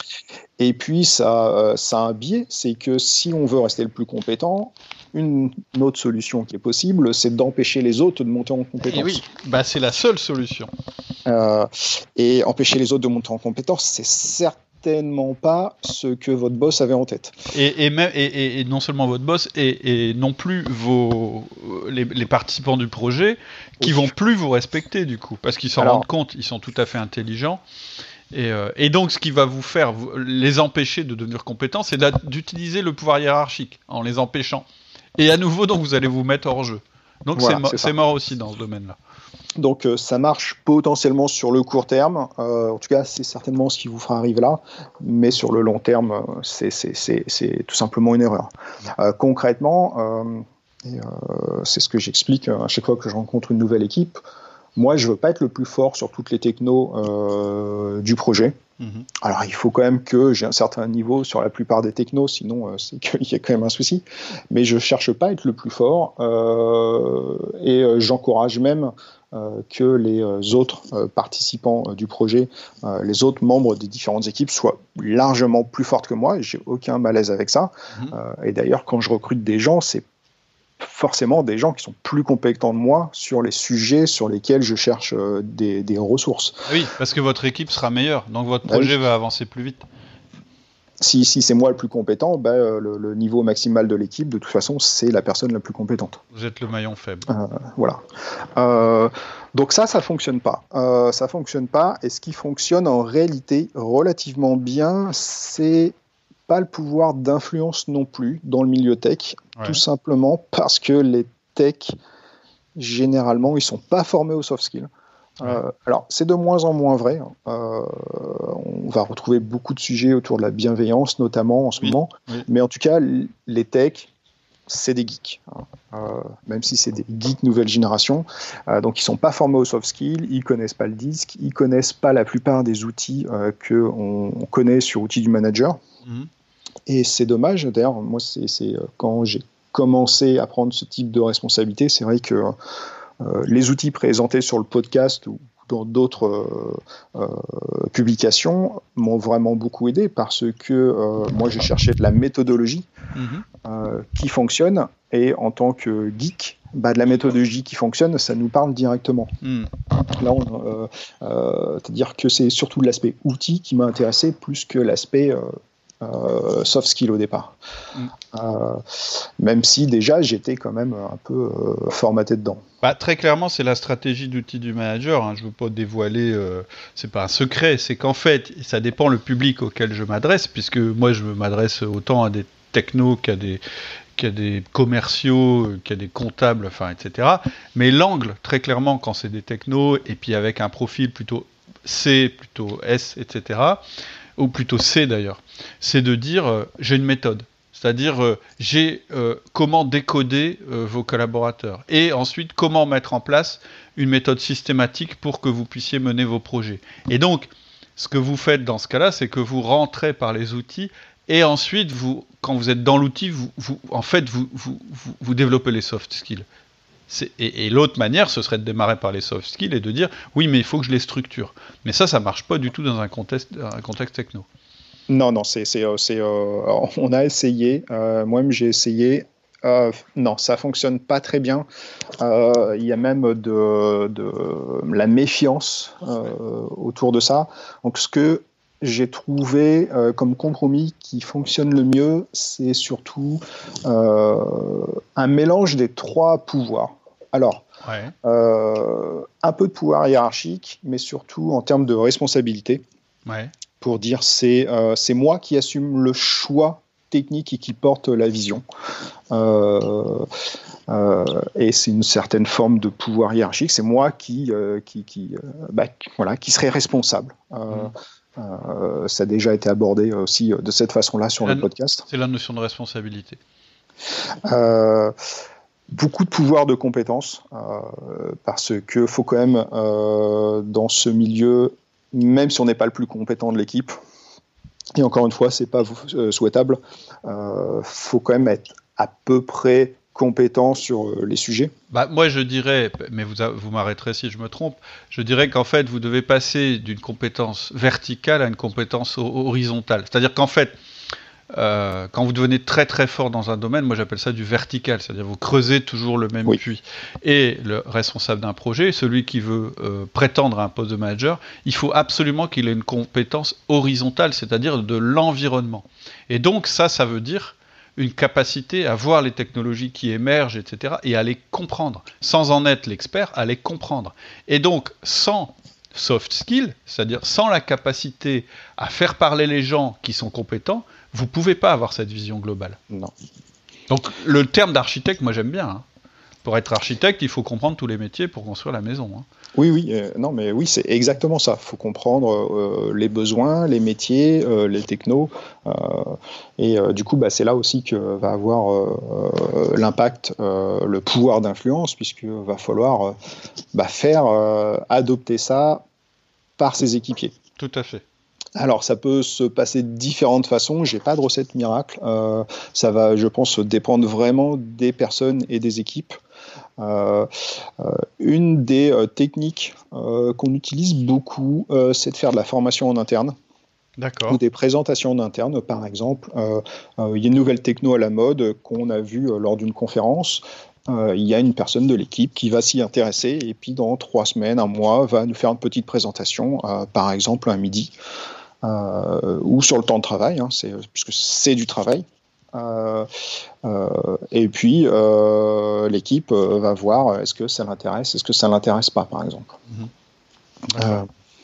Et puis ça, euh, ça a un biais, c'est que si on veut rester le plus compétent, une autre solution qui est possible, c'est d'empêcher les autres de monter en compétence. Et oui, bah, c'est la seule solution. Euh, et empêcher les autres de monter en compétence, c'est certainement pas ce que votre boss avait en tête. Et, et, même, et, et non seulement votre boss, et, et non plus vos, les, les participants du projet qui oui. vont plus vous respecter du coup, parce qu'ils s'en Alors, rendent compte, ils sont tout à fait intelligents. Et, euh, et donc, ce qui va vous faire vous, les empêcher de devenir compétents, c'est d'utiliser le pouvoir hiérarchique en les empêchant. Et à nouveau, donc, vous allez vous mettre hors jeu. Donc, voilà, c'est, mo- c'est, c'est mort aussi dans ce domaine-là. Donc, euh, ça marche potentiellement sur le court terme. Euh, en tout cas, c'est certainement ce qui vous fera arriver là. Mais sur le long terme, c'est, c'est, c'est, c'est tout simplement une erreur. Euh, concrètement, euh, et, euh, c'est ce que j'explique à chaque fois que je rencontre une nouvelle équipe. Moi, je ne veux pas être le plus fort sur toutes les technos euh, du projet. Mmh. Alors, il faut quand même que j'ai un certain niveau sur la plupart des technos, sinon euh, c'est qu'il y a quand même un souci. Mais je ne cherche pas à être le plus fort euh, et euh, j'encourage même euh, que les autres euh, participants euh, du projet, euh, les autres membres des différentes équipes soient largement plus fortes que moi. Et j'ai aucun malaise avec ça. Mmh. Euh, et d'ailleurs, quand je recrute des gens, c'est forcément des gens qui sont plus compétents que moi sur les sujets sur lesquels je cherche euh, des, des ressources. Oui, parce que votre équipe sera meilleure, donc votre projet oui. va avancer plus vite. Si, si c'est moi le plus compétent, bah, le, le niveau maximal de l'équipe, de toute façon, c'est la personne la plus compétente. Vous êtes le maillon faible. Euh, voilà. Euh, donc ça, ça fonctionne pas. Euh, ça fonctionne pas. Et ce qui fonctionne en réalité relativement bien, c'est pas le pouvoir d'influence non plus dans le milieu tech, ouais. tout simplement parce que les techs, généralement, ils sont pas formés aux soft skills. Ouais. Euh, alors, c'est de moins en moins vrai. Euh, on va retrouver beaucoup de sujets autour de la bienveillance, notamment en ce oui. moment. Oui. Mais en tout cas, les techs, c'est des geeks. Euh, même si c'est des geeks nouvelle génération. Euh, donc, ils sont pas formés aux soft skills, ils connaissent pas le disque, ils connaissent pas la plupart des outils euh, qu'on on connaît sur outils du manager. Mmh. Et c'est dommage, d'ailleurs, moi, c'est, c'est quand j'ai commencé à prendre ce type de responsabilité, c'est vrai que euh, les outils présentés sur le podcast ou dans d'autres euh, euh, publications m'ont vraiment beaucoup aidé parce que euh, moi, j'ai cherché de la méthodologie mmh. euh, qui fonctionne et en tant que geek, bah, de la méthodologie qui fonctionne, ça nous parle directement. Mmh. Là, on, euh, euh, c'est-à-dire que c'est surtout l'aspect outil qui m'a intéressé plus que l'aspect euh, Euh, soft skill au départ. Mm. Euh, même si déjà j'étais quand même un peu euh, formaté dedans. Bah, très clairement, c'est la stratégie d'outil du manager. Hein. Je ne veux pas dévoiler, euh, c'est pas un secret. C'est qu'en fait, ça dépend le public auquel je m'adresse, puisque moi je m'adresse autant à des technos qu'à des qu'à des commerciaux, qu'à des comptables, enfin, et cetera. Mais l'angle, très clairement, quand c'est des technos et puis avec un profil plutôt C, plutôt S, et cetera. Ou plutôt C d'ailleurs, c'est de dire euh, j'ai une méthode, c'est-à-dire euh, j'ai euh, comment décoder euh, vos collaborateurs et ensuite comment mettre en place une méthode systématique pour que vous puissiez mener vos projets. Et donc, ce que vous faites dans ce cas-là, c'est que vous rentrez par les outils et ensuite, vous, quand vous êtes dans l'outil, vous, vous, en fait, vous, vous, vous, vous développez les soft skills. C'est, et, et l'autre manière, ce serait de démarrer par les soft skills et de dire oui, mais il faut que je les structure. Mais ça, ça marche pas du tout dans un contexte, un contexte techno. Non, non, c'est, c'est, c'est, euh, on a essayé. Euh, moi-même, j'ai essayé. Euh, non, ça fonctionne pas très bien. Euh, il y a même de, de la méfiance euh, autour de ça. Donc, ce que j'ai trouvé euh, comme compromis qui fonctionne le mieux, c'est surtout euh, un mélange des trois pouvoirs. Alors, ouais. euh, un peu de pouvoir hiérarchique, mais surtout en termes de responsabilité. Ouais. Pour dire c'est euh, c'est moi qui assume le choix technique et qui porte la vision. Euh, euh, et c'est une certaine forme de pouvoir hiérarchique. C'est moi qui euh, qui qui euh, bah, voilà qui serait responsable. Euh, mmh. euh, ça a déjà été abordé aussi de cette façon-là sur la, le podcast. C'est la notion de responsabilité. Euh, Beaucoup de pouvoir de compétences, euh, parce que faut quand même, euh, dans ce milieu, même si on n'est pas le plus compétent de l'équipe, Et encore une fois, c'est pas euh, souhaitable. Il euh, faut quand même être à peu près compétent sur euh, les sujets. Bah, moi, je dirais, mais vous, vous m'arrêterez si je me trompe, je dirais qu'en fait, vous devez passer d'une compétence verticale à une compétence horizontale. C'est-à-dire qu'en fait, euh, quand vous devenez très très fort dans un domaine, moi j'appelle ça du vertical, c'est-à-dire vous creusez toujours le même oui. puits. Et le responsable d'un projet, celui qui veut euh, prétendre à un poste de manager, il faut absolument qu'il ait une compétence horizontale, c'est-à-dire de l'environnement. Et donc ça, ça veut dire une capacité à voir les technologies qui émergent, et cetera, et à les comprendre, sans en être l'expert, à les comprendre. Et donc, sans soft skills, c'est-à-dire sans la capacité à faire parler les gens qui sont compétents, vous ne pouvez pas avoir cette vision globale. Non. Donc, le terme d'architecte, moi j'aime bien. Hein. Pour être architecte, il faut comprendre tous les métiers pour construire la maison. Hein. Oui, oui, euh, non, mais oui, c'est exactement ça. Il faut comprendre euh, les besoins, les métiers, euh, les technos. Euh, et euh, du coup, bah, c'est là aussi que va avoir euh, l'impact, euh, le pouvoir d'influence, puisqu'il va falloir euh, bah, faire euh, adopter ça par ses équipiers. Tout à fait. Alors, ça peut se passer de différentes façons. J'ai pas de recette miracle. Euh, ça va, je pense, dépendre vraiment des personnes et des équipes. Euh, euh, une des euh, techniques euh, qu'on utilise beaucoup, euh, c'est de faire de la formation en interne. D'accord. Ou des présentations en interne, par exemple. Euh, euh, il y a une nouvelle techno à la mode qu'on a vue euh, lors d'une conférence. Euh, il y a une personne de l'équipe qui va s'y intéresser et puis dans trois semaines, un mois, va nous faire une petite présentation, euh, par exemple un midi, euh, ou sur le temps de travail, hein, c'est, puisque c'est du travail. Euh, euh, et puis euh, l'équipe euh, va voir est-ce que ça l'intéresse, est-ce que ça l'intéresse pas, par exemple. Mmh. Euh,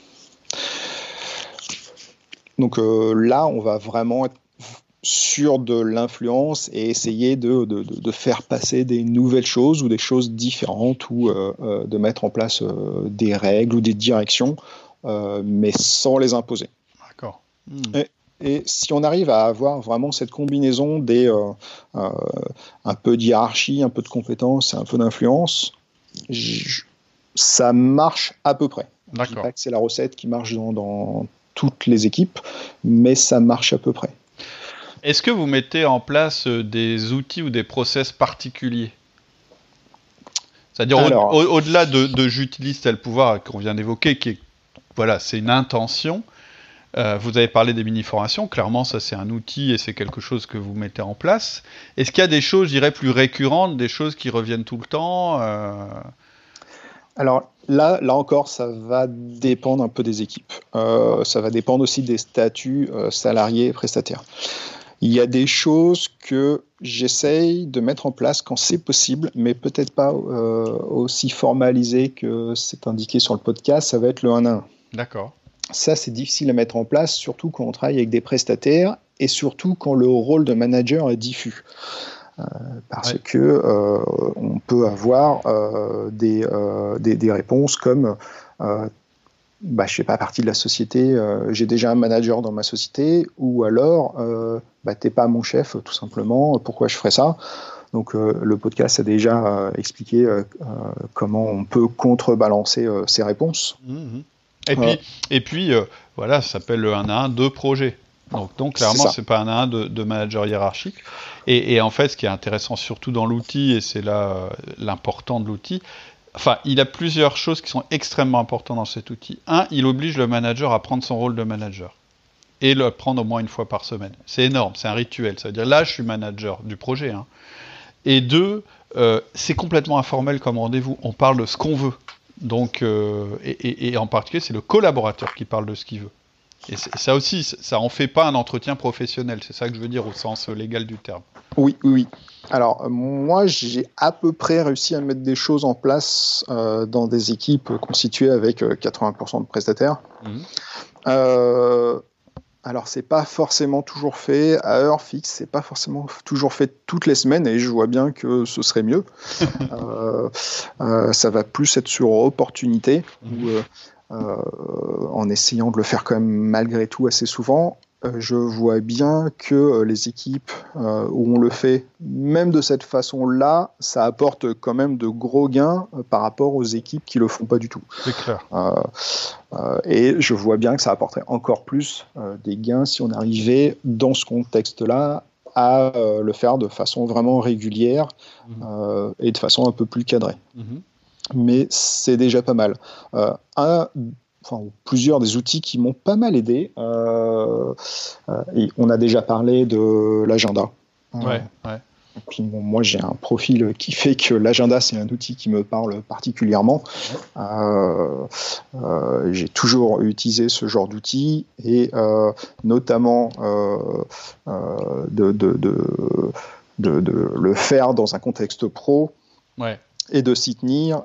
donc euh, là, on va vraiment être sur de l'influence et essayer de, de, de faire passer des nouvelles choses ou des choses différentes ou euh, euh, de mettre en place euh, des règles ou des directions, euh, mais sans les imposer. D'accord. Mmh. Et, Et si on arrive à avoir vraiment cette combinaison des euh, euh, un peu de hiérarchie, un peu de compétences et un peu d'influence, j- ça marche à peu près. D'accord. Je ne dis pas que c'est la recette qui marche dans, dans toutes les équipes, mais ça marche à peu près. Est-ce que vous mettez en place des outils ou des process particuliers ? C'est-à-dire Alors, au, au, au-delà de, de j'utilise tel pouvoir qu'on vient d'évoquer, qui est voilà, c'est une intention. Euh, vous avez parlé des mini-formations, clairement ça c'est un outil et c'est quelque chose que vous mettez en place. Est-ce qu'il y a des choses, je dirais, plus récurrentes, des choses qui reviennent tout le temps euh... Alors là, là encore, ça va dépendre un peu des équipes. Euh, ça va dépendre aussi des statuts euh, salariés et prestataires. Il y a des choses que j'essaye de mettre en place quand c'est possible, mais peut-être pas euh, aussi formalisé que c'est indiqué sur le podcast, ça va être le un à un. D'accord. Ça, c'est difficile à mettre en place, surtout quand on travaille avec des prestataires et surtout quand le rôle de manager est diffus. Euh, parce ouais. que euh, on peut avoir euh, des, euh, des, des réponses comme euh, bah, je ne fais pas partie de la société, euh, j'ai déjà un manager dans ma société, ou alors euh, bah, tu n'es pas mon chef, tout simplement, pourquoi je ferais ça ? Donc euh, le podcast a déjà euh, expliqué euh, euh, comment on peut contrebalancer euh, ces réponses. Mmh. Et puis, euh, et puis euh, voilà, ça s'appelle le un à un de projet. Donc, donc clairement, c'est, c'est pas un à un de, de manager hiérarchique. Et, et en fait, ce qui est intéressant surtout dans l'outil, et c'est là euh, l'important de l'outil, enfin, il a plusieurs choses qui sont extrêmement importantes dans cet outil. Un, il oblige le manager à prendre son rôle de manager. Et le prendre au moins une fois par semaine. C'est énorme, c'est un rituel. Ça veut dire, là, je suis manager du projet. Hein. Et deux, euh, c'est complètement informel comme rendez-vous. On parle de ce qu'on veut. Donc, euh, et, et, et en particulier, c'est le collaborateur qui parle de ce qu'il veut. Et ça aussi, ça en fait pas un entretien professionnel. C'est ça que je veux dire au sens légal du terme. Oui, oui, oui. Alors, moi, j'ai à peu près réussi à mettre des choses en place euh, dans des équipes constituées avec euh, quatre-vingts pour cent de prestataires. Mmh. Euh, alors, c'est pas forcément toujours fait à heure fixe, c'est pas forcément toujours fait toutes les semaines, et je vois bien que ce serait mieux. euh, euh, ça va plus être sur opportunité, mmh. où, euh, euh, en essayant de le faire quand même malgré tout assez souvent. je vois bien que les équipes euh, où on le fait, même de cette façon-là, ça apporte quand même de gros gains par rapport aux équipes qui le font pas du tout. C'est clair. Euh, euh, et je vois bien que ça apporterait encore plus euh, des gains si on arrivait dans ce contexte-là à euh, le faire de façon vraiment régulière mmh. euh, et de façon un peu plus cadrée. Mmh. Mais c'est déjà pas mal. Euh, un, enfin, plusieurs des outils qui m'ont pas mal aidé. Euh, euh, et on a déjà parlé de l'agenda. Ouais, ouais. Et puis, bon, moi, j'ai un profil qui fait que l'agenda, c'est un outil qui me parle particulièrement. Ouais. Euh, euh, j'ai toujours utilisé ce genre d'outils et euh, notamment euh, euh, de, de, de, de, de le faire dans un contexte pro. Ouais. Et de s'y tenir,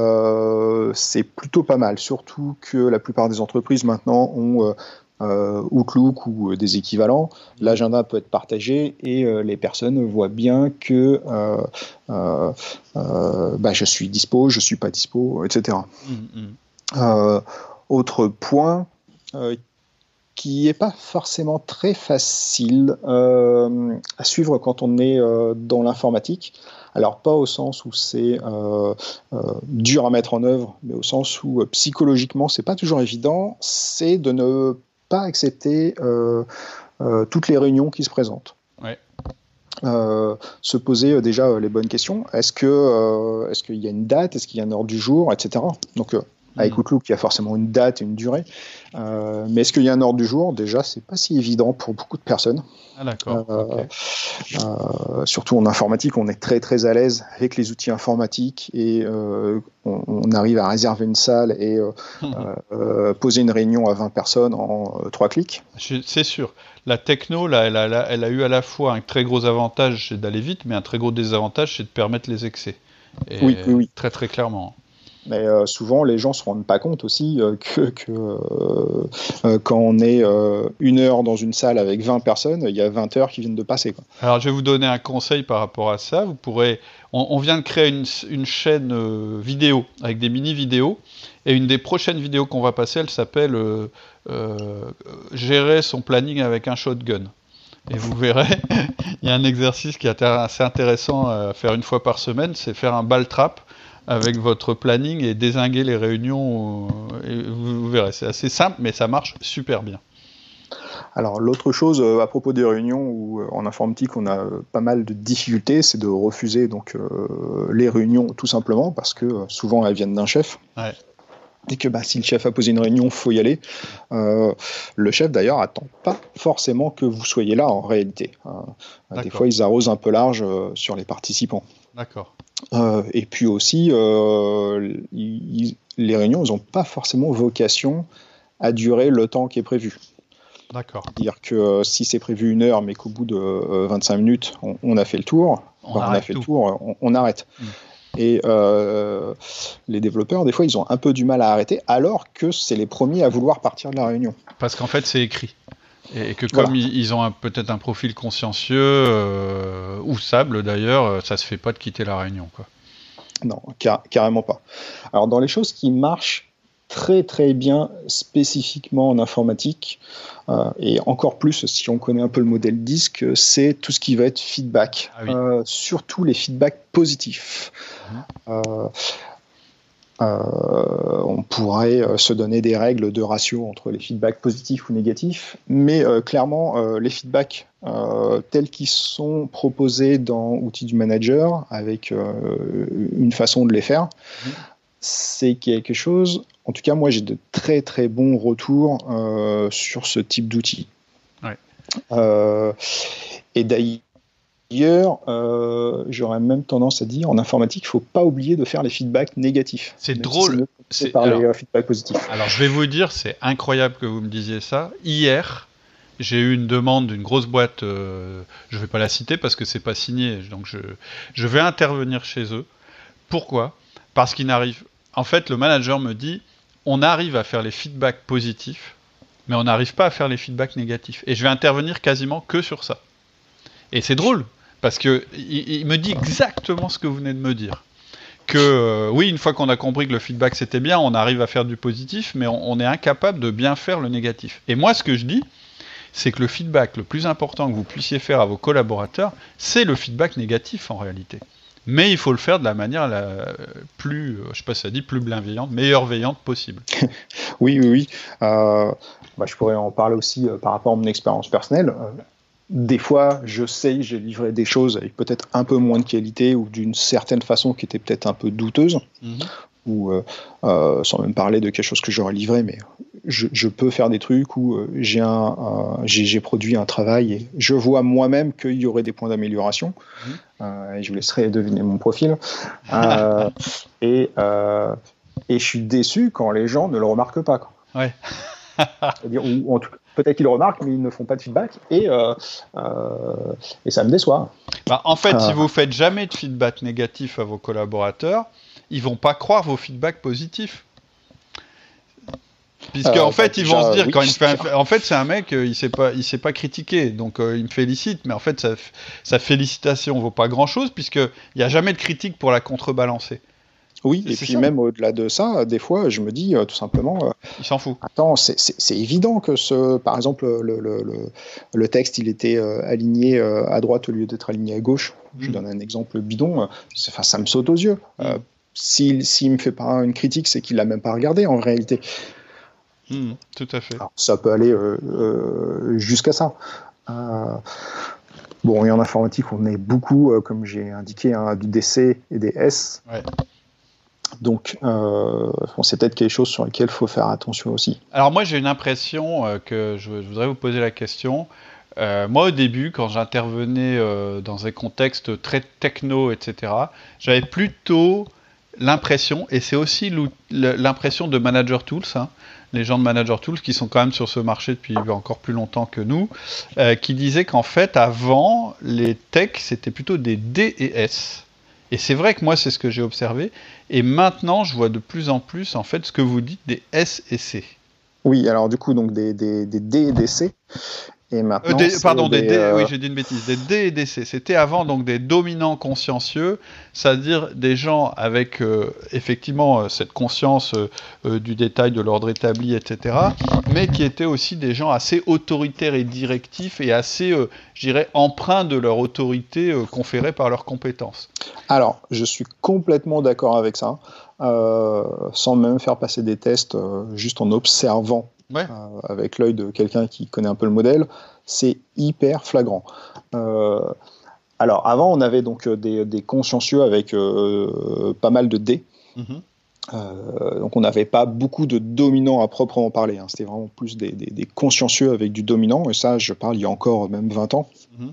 euh, c'est plutôt pas mal. Surtout que la plupart des entreprises maintenant ont euh, euh, Outlook ou euh, des équivalents. L'agenda peut être partagé et euh, les personnes voient bien que euh, euh, euh, bah, je suis dispo, je suis pas dispo, et cetera. Mm-hmm. Euh, autre point euh, qui n'est pas forcément très facile euh, à suivre quand on est euh, dans l'informatique. Alors, pas au sens où c'est euh, euh, dur à mettre en œuvre, mais au sens où euh, psychologiquement, c'est pas toujours évident, c'est de ne pas accepter euh, euh, toutes les réunions qui se présentent. Ouais. Euh, se poser euh, déjà euh, les bonnes questions. Est-ce que, euh, est-ce qu'il y a une date? Est-ce qu'il y a un ordre du jour, et cetera. Donc, euh, avec Outlook, il y a forcément une date et une durée. Euh, mais est-ce qu'il y a un ordre du jour? Déjà, c'est pas si évident pour beaucoup de personnes. Ah, d'accord. Euh, okay. euh, surtout en informatique, on est très très à l'aise avec les outils informatiques et euh, on, on arrive à réserver une salle et euh, euh, poser une réunion à vingt personnes en euh, trois clics. C'est sûr. La techno, là, elle, a, elle a eu à la fois un très gros avantage, c'est d'aller vite, mais un très gros désavantage, c'est de permettre les excès. Et oui, oui, oui. Très très clairement. Mais euh, souvent, les gens ne se rendent pas compte aussi euh, que, que euh, euh, quand on est euh, une heure dans une salle avec vingt personnes, il y a vingt heures qui viennent de passer, quoi. Alors, je vais vous donner un conseil par rapport à ça. Vous pourrez, on, on vient de créer une, une chaîne euh, vidéo avec des mini-vidéos. Et une des prochaines vidéos qu'on va passer, elle s'appelle euh, euh, « Gérer son planning avec un shotgun ». Et vous verrez, il y a un exercice qui est assez intéressant à faire une fois par semaine, c'est faire un ball trap avec votre planning et dézinguer les réunions. Et vous verrez, c'est assez simple, mais ça marche super bien. Alors, l'autre chose euh, à propos des réunions où euh, en informatique on a euh, pas mal de difficultés, c'est de refuser donc, euh, les réunions tout simplement parce que euh, souvent elles viennent d'un chef. Ouais. Et que bah, si le chef a posé une réunion, il faut y aller. Euh, le chef, d'ailleurs, n'attend pas forcément que vous soyez là, en réalité. Euh, des fois, ils arrosent un peu large euh, sur les participants. D'accord. Euh, et puis aussi, euh, ils, les réunions, elles n'ont pas forcément vocation à durer le temps qui est prévu. D'accord. C'est-à-dire que euh, si c'est prévu une heure, mais qu'au bout de euh, vingt-cinq minutes, on, on a fait le tour, on, bah, on a fait tout. le tour, on, on arrête. Mmh. Et euh, les développeurs, des fois, ils ont un peu du mal à arrêter, alors que c'est les premiers à vouloir partir de la réunion. Parce qu'en fait, c'est écrit. Et que comme voilà. ils, ils ont un, peut-être un profil consciencieux, euh, ou sable d'ailleurs, ça se fait pas de quitter la réunion, quoi. Non, car, carrément pas. Alors, dans les choses qui marchent très très bien spécifiquement en informatique, euh, et encore plus si on connaît un peu le modèle disque, c'est tout ce qui va être feedback, ah oui. euh, surtout les feedbacks positifs. Mmh. Euh, euh, on pourrait euh, se donner des règles de ratio entre les feedbacks positifs ou négatifs, mais euh, clairement euh, les feedbacks euh, tels qu'ils sont proposés dans Outils du Manager, avec euh, une façon de les faire, mmh. c'est quelque chose. En tout cas, moi, j'ai de très très bons retours euh, sur ce type d'outils. Ouais. Euh, et d'ailleurs, euh, j'aurais même tendance à dire, en informatique, il ne faut pas oublier de faire les feedbacks négatifs. C'est drôle. Si c'est par alors, les feedbacks positifs. Alors, je vais vous dire, c'est incroyable que vous me disiez ça. Hier, j'ai eu une demande d'une grosse boîte. Euh, je ne vais pas la citer parce que c'est pas signé. Donc, je, je vais intervenir chez eux. Pourquoi ? Parce qu'ils n'arrivent. En fait, le manager me dit, on arrive à faire les feedbacks positifs, mais on n'arrive pas à faire les feedbacks négatifs. Et je vais intervenir quasiment que sur ça. Et c'est drôle, parce que il, il me dit exactement ce que vous venez de me dire. Que euh, oui, une fois qu'on a compris que le feedback c'était bien, on arrive à faire du positif, mais on, on est incapable de bien faire le négatif. Et moi, ce que je dis, c'est que le feedback le plus important que vous puissiez faire à vos collaborateurs, c'est le feedback négatif en réalité. Mais il faut le faire de la manière la plus, je sais pas si ça dit, plus bienveillante, meilleure veillante possible. Oui, oui, oui. Euh, bah, je pourrais en parler aussi euh, par rapport à mon expérience personnelle. Euh, des fois, je sais, j'ai livré des choses avec peut-être un peu moins de qualité ou d'une certaine façon qui était peut-être un peu douteuse. Mm-hmm. Ou euh, euh, sans même parler de quelque chose que j'aurais livré, mais je, je peux faire des trucs où euh, j'ai, un, un, j'ai, j'ai produit un travail et je vois moi-même qu'il y aurait des points d'amélioration. Mmh. Euh, et je vous laisserai deviner mon profil. euh, et, euh, et je suis déçu quand les gens ne le remarquent pas. Quoi. Ouais. C'est-à-dire, ou, ou en tout cas, peut-être qu'ils le remarquent, mais ils ne font pas de feedback et, euh, euh, et ça me déçoit. Bah, en fait, euh, si vous faites jamais de feedback négatif à vos collaborateurs, ils vont pas croire vos feedbacks positifs. Puisque euh, en fait, bah, ils vont se dire oui, quand il fait un... en fait, c'est un mec, il sait pas, il sait pas critiquer, donc euh, il me félicite, mais en fait, sa, sa félicitation vaut pas grand-chose puisque il y a jamais de critique pour la contrebalancer. Oui, et, et puis ça. Même au-delà de ça, des fois, je me dis euh, tout simplement. Euh, il s'en fout. Attends, c'est, c'est, c'est évident que ce, par exemple, le, le, le, le texte, il était euh, aligné euh, à droite au lieu d'être aligné à gauche. Mmh. Je donne un exemple bidon. Enfin, ça me saute aux yeux. Mmh. Euh, S'il s'il me fait pas une critique, c'est qu'il l'a même pas regardé en réalité. Mmh, tout à fait. Alors, ça peut aller euh, euh, jusqu'à ça. Euh, bon, et en informatique, on est beaucoup, euh, comme j'ai indiqué, hein, du D C et des S. Ouais. Donc, euh, bon, c'est peut-être quelque chose sur lequel il faut faire attention aussi. Alors moi, j'ai une impression euh, que je, je voudrais vous poser la question. Euh, moi, au début, quand j'intervenais euh, dans un contexte très techno, et cetera, j'avais plutôt l'impression, et c'est aussi l'impression de Manager Tools, hein, les gens de Manager Tools qui sont quand même sur ce marché depuis encore plus longtemps que nous, euh, qui disaient qu'en fait, avant, les techs, c'était plutôt des D et S. Et c'est vrai que moi, c'est ce que j'ai observé. Et maintenant, je vois de plus en plus, en fait, ce que vous dites des S et C. Oui, alors du coup, donc des, des, des D et des C. Et maintenant, euh, des, pardon, des, des D, euh... oui, j'ai dit une bêtise. Des D et des C. C'était avant donc des dominants consciencieux, c'est-à-dire des gens avec euh, effectivement cette conscience euh, du détail de l'ordre établi, et cetera, mais qui étaient aussi des gens assez autoritaires et directifs et assez, euh, je dirais, empreints de leur autorité euh, conférée par leurs compétences. Alors, je suis complètement d'accord avec ça, euh, sans même faire passer des tests, euh, juste en observant. Ouais. Euh, avec l'œil de quelqu'un qui connaît un peu le modèle, c'est hyper flagrant. Euh, alors avant, on avait donc des, des consciencieux avec euh, pas mal de D. Mm-hmm. Euh, donc on n'avait pas beaucoup de dominants à proprement parler. Hein. C'était vraiment plus des, des, des consciencieux avec du dominant. Et ça, je parle il y a encore même vingt ans. Mm-hmm.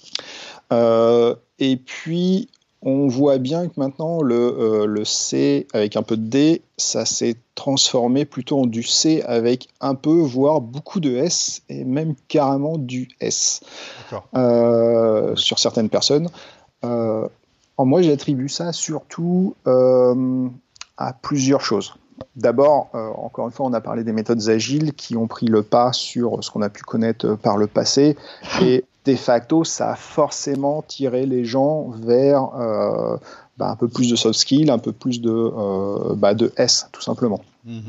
Euh, et puis on voit bien que maintenant, le, euh, le C avec un peu de D, ça s'est transformé plutôt en du C avec un peu, voire beaucoup de S, et même carrément du S euh, sur certaines personnes. Euh, moi, j'attribue ça surtout euh, à plusieurs choses. D'abord, euh, encore une fois, on a parlé des méthodes agiles qui ont pris le pas sur ce qu'on a pu connaître par le passé, et de facto, ça a forcément tiré les gens vers euh, bah, un peu plus de soft skills, un peu plus de, euh, bah, de S, tout simplement. Mmh.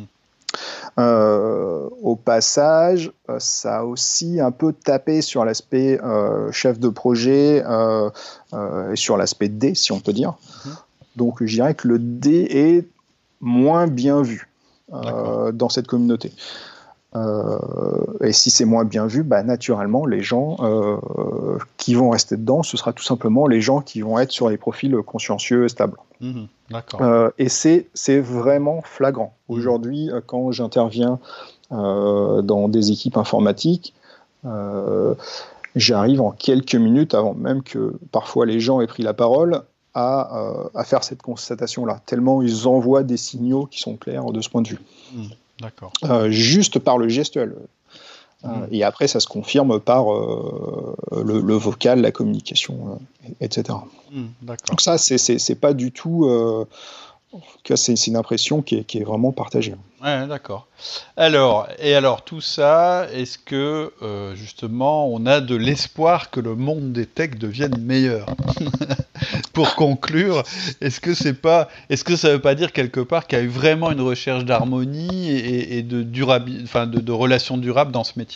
Euh, au passage, ça a aussi un peu tapé sur l'aspect euh, chef de projet euh, euh, et sur l'aspect D, si on peut dire. Mmh. Donc, je dirais que le D est moins bien vu euh, dans cette communauté. Euh, et si c'est moins bien vu, bah, naturellement, les gens euh, qui vont rester dedans, ce sera tout simplement les gens qui vont être sur les profils consciencieux et stables. Mmh, d'accord. Euh, et c'est, c'est vraiment flagrant. Mmh. Aujourd'hui, quand j'interviens euh, dans des équipes informatiques, euh, j'arrive en quelques minutes, avant même que parfois les gens aient pris la parole, à, euh, à faire cette constatation-là, tellement ils envoient des signaux qui sont clairs de ce point de vue. Mmh. D'accord. Euh, juste par le gestuel. Euh, mmh. Et après, ça se confirme par euh, le, le vocal, la communication, euh, et cetera. Mmh, d'accord. Donc ça, c'est, c'est, c'est pas du tout... Euh, en tout cas, c'est, c'est une impression qui est, qui est vraiment partagée. Ouais, d'accord. Alors, et alors, tout ça, est-ce que, euh, justement, on a de l'espoir que le monde des techs devienne meilleur ? Pour conclure, est-ce que c'est pas, est-ce que ça ne veut pas dire quelque part qu'il y a eu vraiment une recherche d'harmonie et, et de, durabil, enfin de, de relations durables dans ce métier-là ?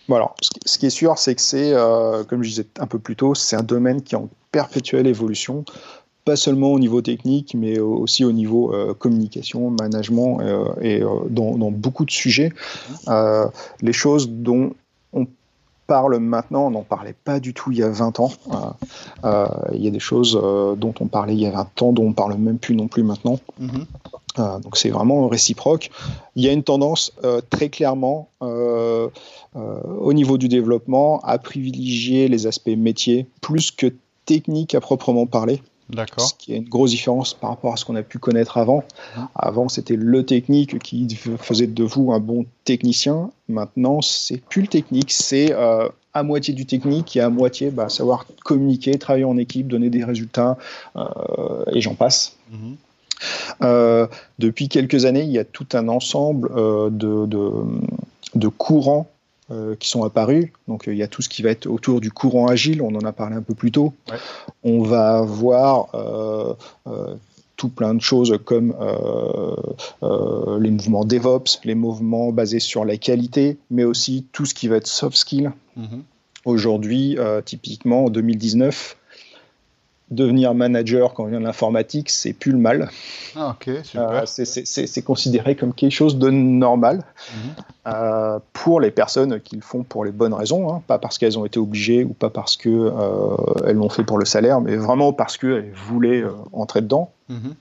Bon, alors, ce qui, ce qui est sûr, c'est que c'est, euh, comme je disais un peu plus tôt, c'est un domaine qui est en perpétuelle évolution, pas seulement au niveau technique, mais aussi au niveau euh, communication, management, euh, et euh, dans, dans beaucoup de sujets. Euh, les choses dont on parle maintenant, on n'en parlait pas du tout il y a vingt ans. Euh, euh, il y a des choses euh, dont on parlait il y a vingt ans, dont on ne parle même plus non plus maintenant. Mm-hmm. Euh, donc c'est vraiment réciproque. Il y a une tendance euh, très clairement euh, euh, au niveau du développement à privilégier les aspects métiers plus que techniques à proprement parler. D'accord. Ce qui est une grosse différence par rapport à ce qu'on a pu connaître avant. Mmh. Avant, c'était le technique qui faisait de vous un bon technicien. Maintenant, c'est plus le technique, c'est euh, à moitié du technique et à moitié bah, savoir communiquer, travailler en équipe, donner des résultats, euh, et j'en passe. Mmh. Euh, depuis quelques années, il y a tout un ensemble euh, de, de, de courants Euh, qui sont apparus. Donc, euh, il y a tout ce qui va être autour du courant agile, on en a parlé un peu plus tôt. Ouais. On va voir euh, euh, tout plein de choses comme euh, euh, les mouvements DevOps, les mouvements basés sur la qualité, mais aussi tout ce qui va être soft skill. Mm-hmm. Aujourd'hui, euh, typiquement, en deux mille dix-neuf, devenir manager quand on vient de l'informatique, c'est plus le mal. Ah, ok, super. Euh, c'est, c'est, c'est, c'est considéré comme quelque chose de normal mm-hmm. euh, pour les personnes qui le font pour les bonnes raisons, hein, pas parce qu'elles ont été obligées ou pas parce qu'elles euh, l'ont fait pour le salaire, mais vraiment parce qu'elles voulaient euh, entrer dedans. Mm-hmm.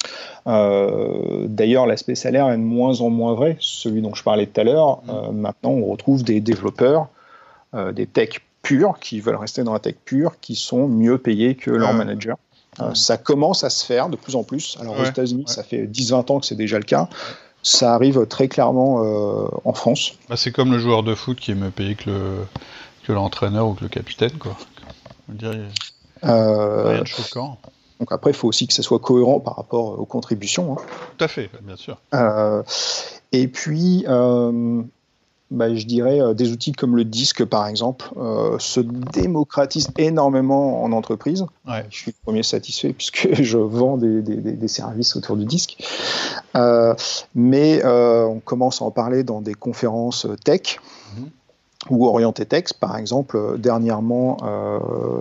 Euh, d'ailleurs, l'aspect salaire est de moins en moins vrai, celui dont je parlais tout à l'heure. Mm-hmm. Euh, maintenant, on retrouve des développeurs, euh, des techs purs, qui veulent rester dans la tech pure, qui sont mieux payés que leurs ouais. managers. Euh, ça commence à se faire de plus en plus. Alors ouais. aux États-Unis, ouais. ça fait dix à vingt ans que c'est déjà le cas. Ça arrive très clairement euh, en France. Bah, c'est comme le joueur de foot qui est mieux payé que, le, que l'entraîneur ou que le capitaine, quoi. On dirait euh, rien de choquant. Donc après, il faut aussi que ça soit cohérent par rapport aux contributions. Hein. Tout à fait, bien sûr. Euh, et puis... Euh, Bah, je dirais euh, des outils comme le disque, par exemple, euh, se démocratisent énormément en entreprise. Ouais. Je suis le premier satisfait puisque je vends des, des, des services autour du disque. Euh, mais euh, on commence à en parler dans des conférences tech mm-hmm. ou orientées tech. Par exemple, dernièrement, euh,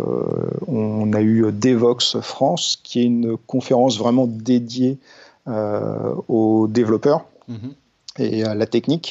on a eu Devox France, qui est une conférence vraiment dédiée euh, aux développeurs mm-hmm. et à la technique.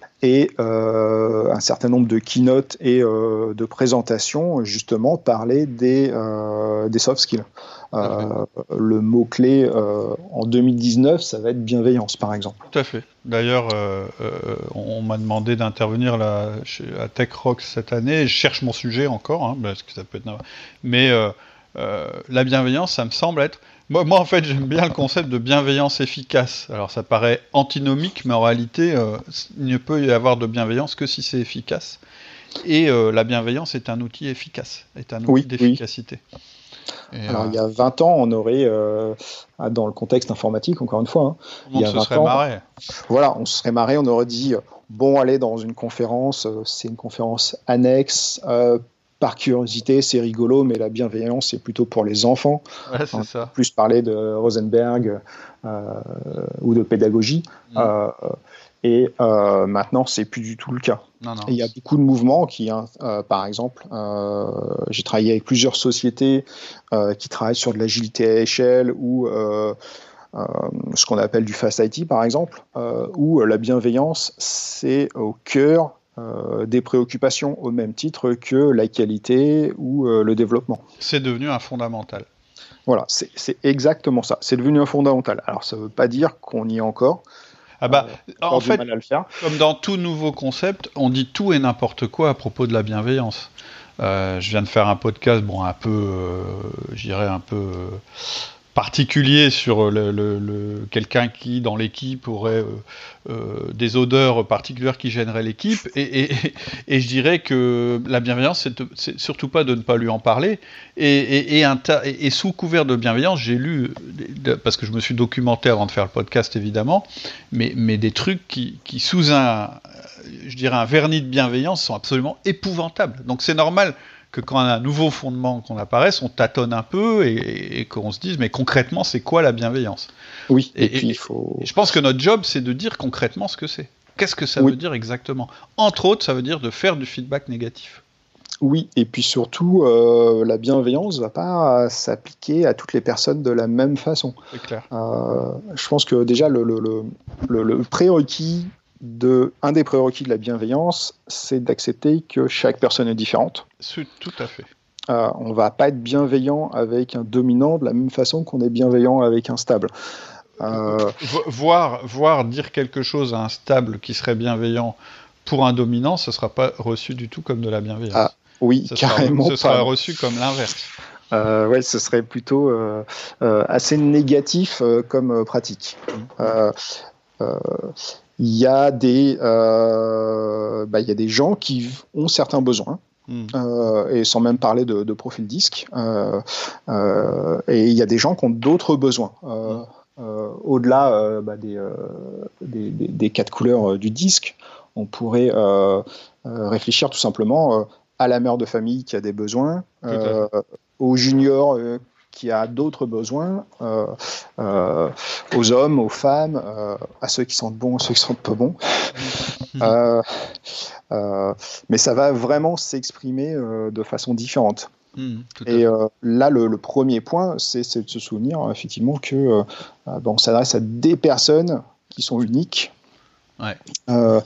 Et euh, un certain nombre de keynotes et euh, de présentations, justement, parlaient des, euh, des soft skills. Euh, le mot-clé euh, en deux mille dix-neuf, ça va être bienveillance, par exemple. Tout à fait. D'ailleurs, euh, euh, on m'a demandé d'intervenir là, chez, à TechRock cette année. Je cherche mon sujet encore, hein, parce que ça peut être... Mais euh, euh, la bienveillance, ça me semble être... Moi, moi, en fait, j'aime bien le concept de bienveillance efficace. Alors, ça paraît antinomique, mais en réalité, euh, il ne peut y avoir de bienveillance que si c'est efficace. Et euh, la bienveillance est un outil efficace, est un outil oui, d'efficacité. Oui. Et Alors, euh... il y a vingt ans, on aurait, euh, dans le contexte informatique, encore une fois, hein, il y a vingt se serait ans, marré. Voilà, on se serait marré, on aurait dit, bon, allez, dans une conférence, euh, c'est une conférence annexe, euh, par curiosité, c'est rigolo, mais la bienveillance, c'est plutôt pour les enfants. Ouais, c'est on ça. Plus parler de Rosenberg euh, ou de pédagogie. Mmh. Euh, et euh, maintenant, c'est plus du tout le cas. Non, non. Et il y a beaucoup de mouvements qui, hein, euh, par exemple, euh, j'ai travaillé avec plusieurs sociétés euh, qui travaillent sur de l'agilité à échelle ou euh, euh, ce qu'on appelle du Fast I T, par exemple, euh, où la bienveillance, c'est au cœur Euh, des préoccupations au même titre que la qualité ou euh, le développement. C'est devenu un fondamental. Voilà, c'est, c'est exactement ça. C'est devenu un fondamental. Alors, ça ne veut pas dire qu'on y est encore. Ah bah, euh, en fait, mal à le faire. Comme dans tout nouveau concept, on dit tout et n'importe quoi à propos de la bienveillance. Euh, je viens de faire un podcast, bon, un peu, euh, je dirais un peu... Euh, particulier sur le, le, le, quelqu'un qui, dans l'équipe, aurait euh, euh, des odeurs particulières qui gêneraient l'équipe. Et, et, et je dirais que la bienveillance, c'est, c'est surtout pas de ne pas lui en parler. Et, et, et, inter- et sous couvert de bienveillance, j'ai lu, parce que je me suis documenté avant de faire le podcast, évidemment, mais, mais des trucs qui, qui, sous un, je dirais un vernis de bienveillance, sont absolument épouvantables. Donc c'est normal que quand on a un nouveau fondement qu'on apparaisse, on tâtonne un peu et, et qu'on se dise, mais concrètement, c'est quoi la bienveillance ? Oui, et, et puis et, il faut... Et je pense que notre job, c'est de dire concrètement ce que c'est. Qu'est-ce que ça oui. veut dire exactement ? Entre autres, ça veut dire de faire du feedback négatif. Oui, et puis surtout, euh, la bienveillance ne va pas s'appliquer à toutes les personnes de la même façon. C'est clair. Euh, je pense que déjà, le, le, le, le prérequis de, un des prérequis de la bienveillance, c'est d'accepter que chaque personne est différente. C'est tout à fait. Euh, on ne va pas être bienveillant avec un dominant de la même façon qu'on est bienveillant avec un stable. Euh... Voir, voir dire quelque chose à un stable qui serait bienveillant pour un dominant, ce ne sera pas reçu du tout comme de la bienveillance. Ah, oui, ce carrément sera, ce pas. sera reçu comme l'inverse. Euh, ouais, ce serait plutôt euh, euh, assez négatif euh, comme euh, pratique. Mmh. Euh, euh, Il y a des, euh, bah, il y a des gens qui ont certains besoins, mmh. euh, et sans même parler de, de profil disque. Euh, euh, et il y a des gens qui ont d'autres besoins. Euh, mmh. euh, au-delà euh, bah, des, euh, des, des, des quatre couleurs euh, du disque, on pourrait euh, euh, réfléchir tout simplement euh, à la mère de famille qui a des besoins, euh, au junior euh, qui a d'autres besoins, euh, euh, aux hommes, aux femmes, euh, à ceux qui sentent bon, à ceux qui sentent pas bon. euh, euh, mais ça va vraiment s'exprimer euh, de façon différente. Mmh, et euh, là, le, le premier point, c'est, c'est de se souvenir effectivement que euh, bon, on s'adresse à des personnes qui sont uniques. Ouais. Euh,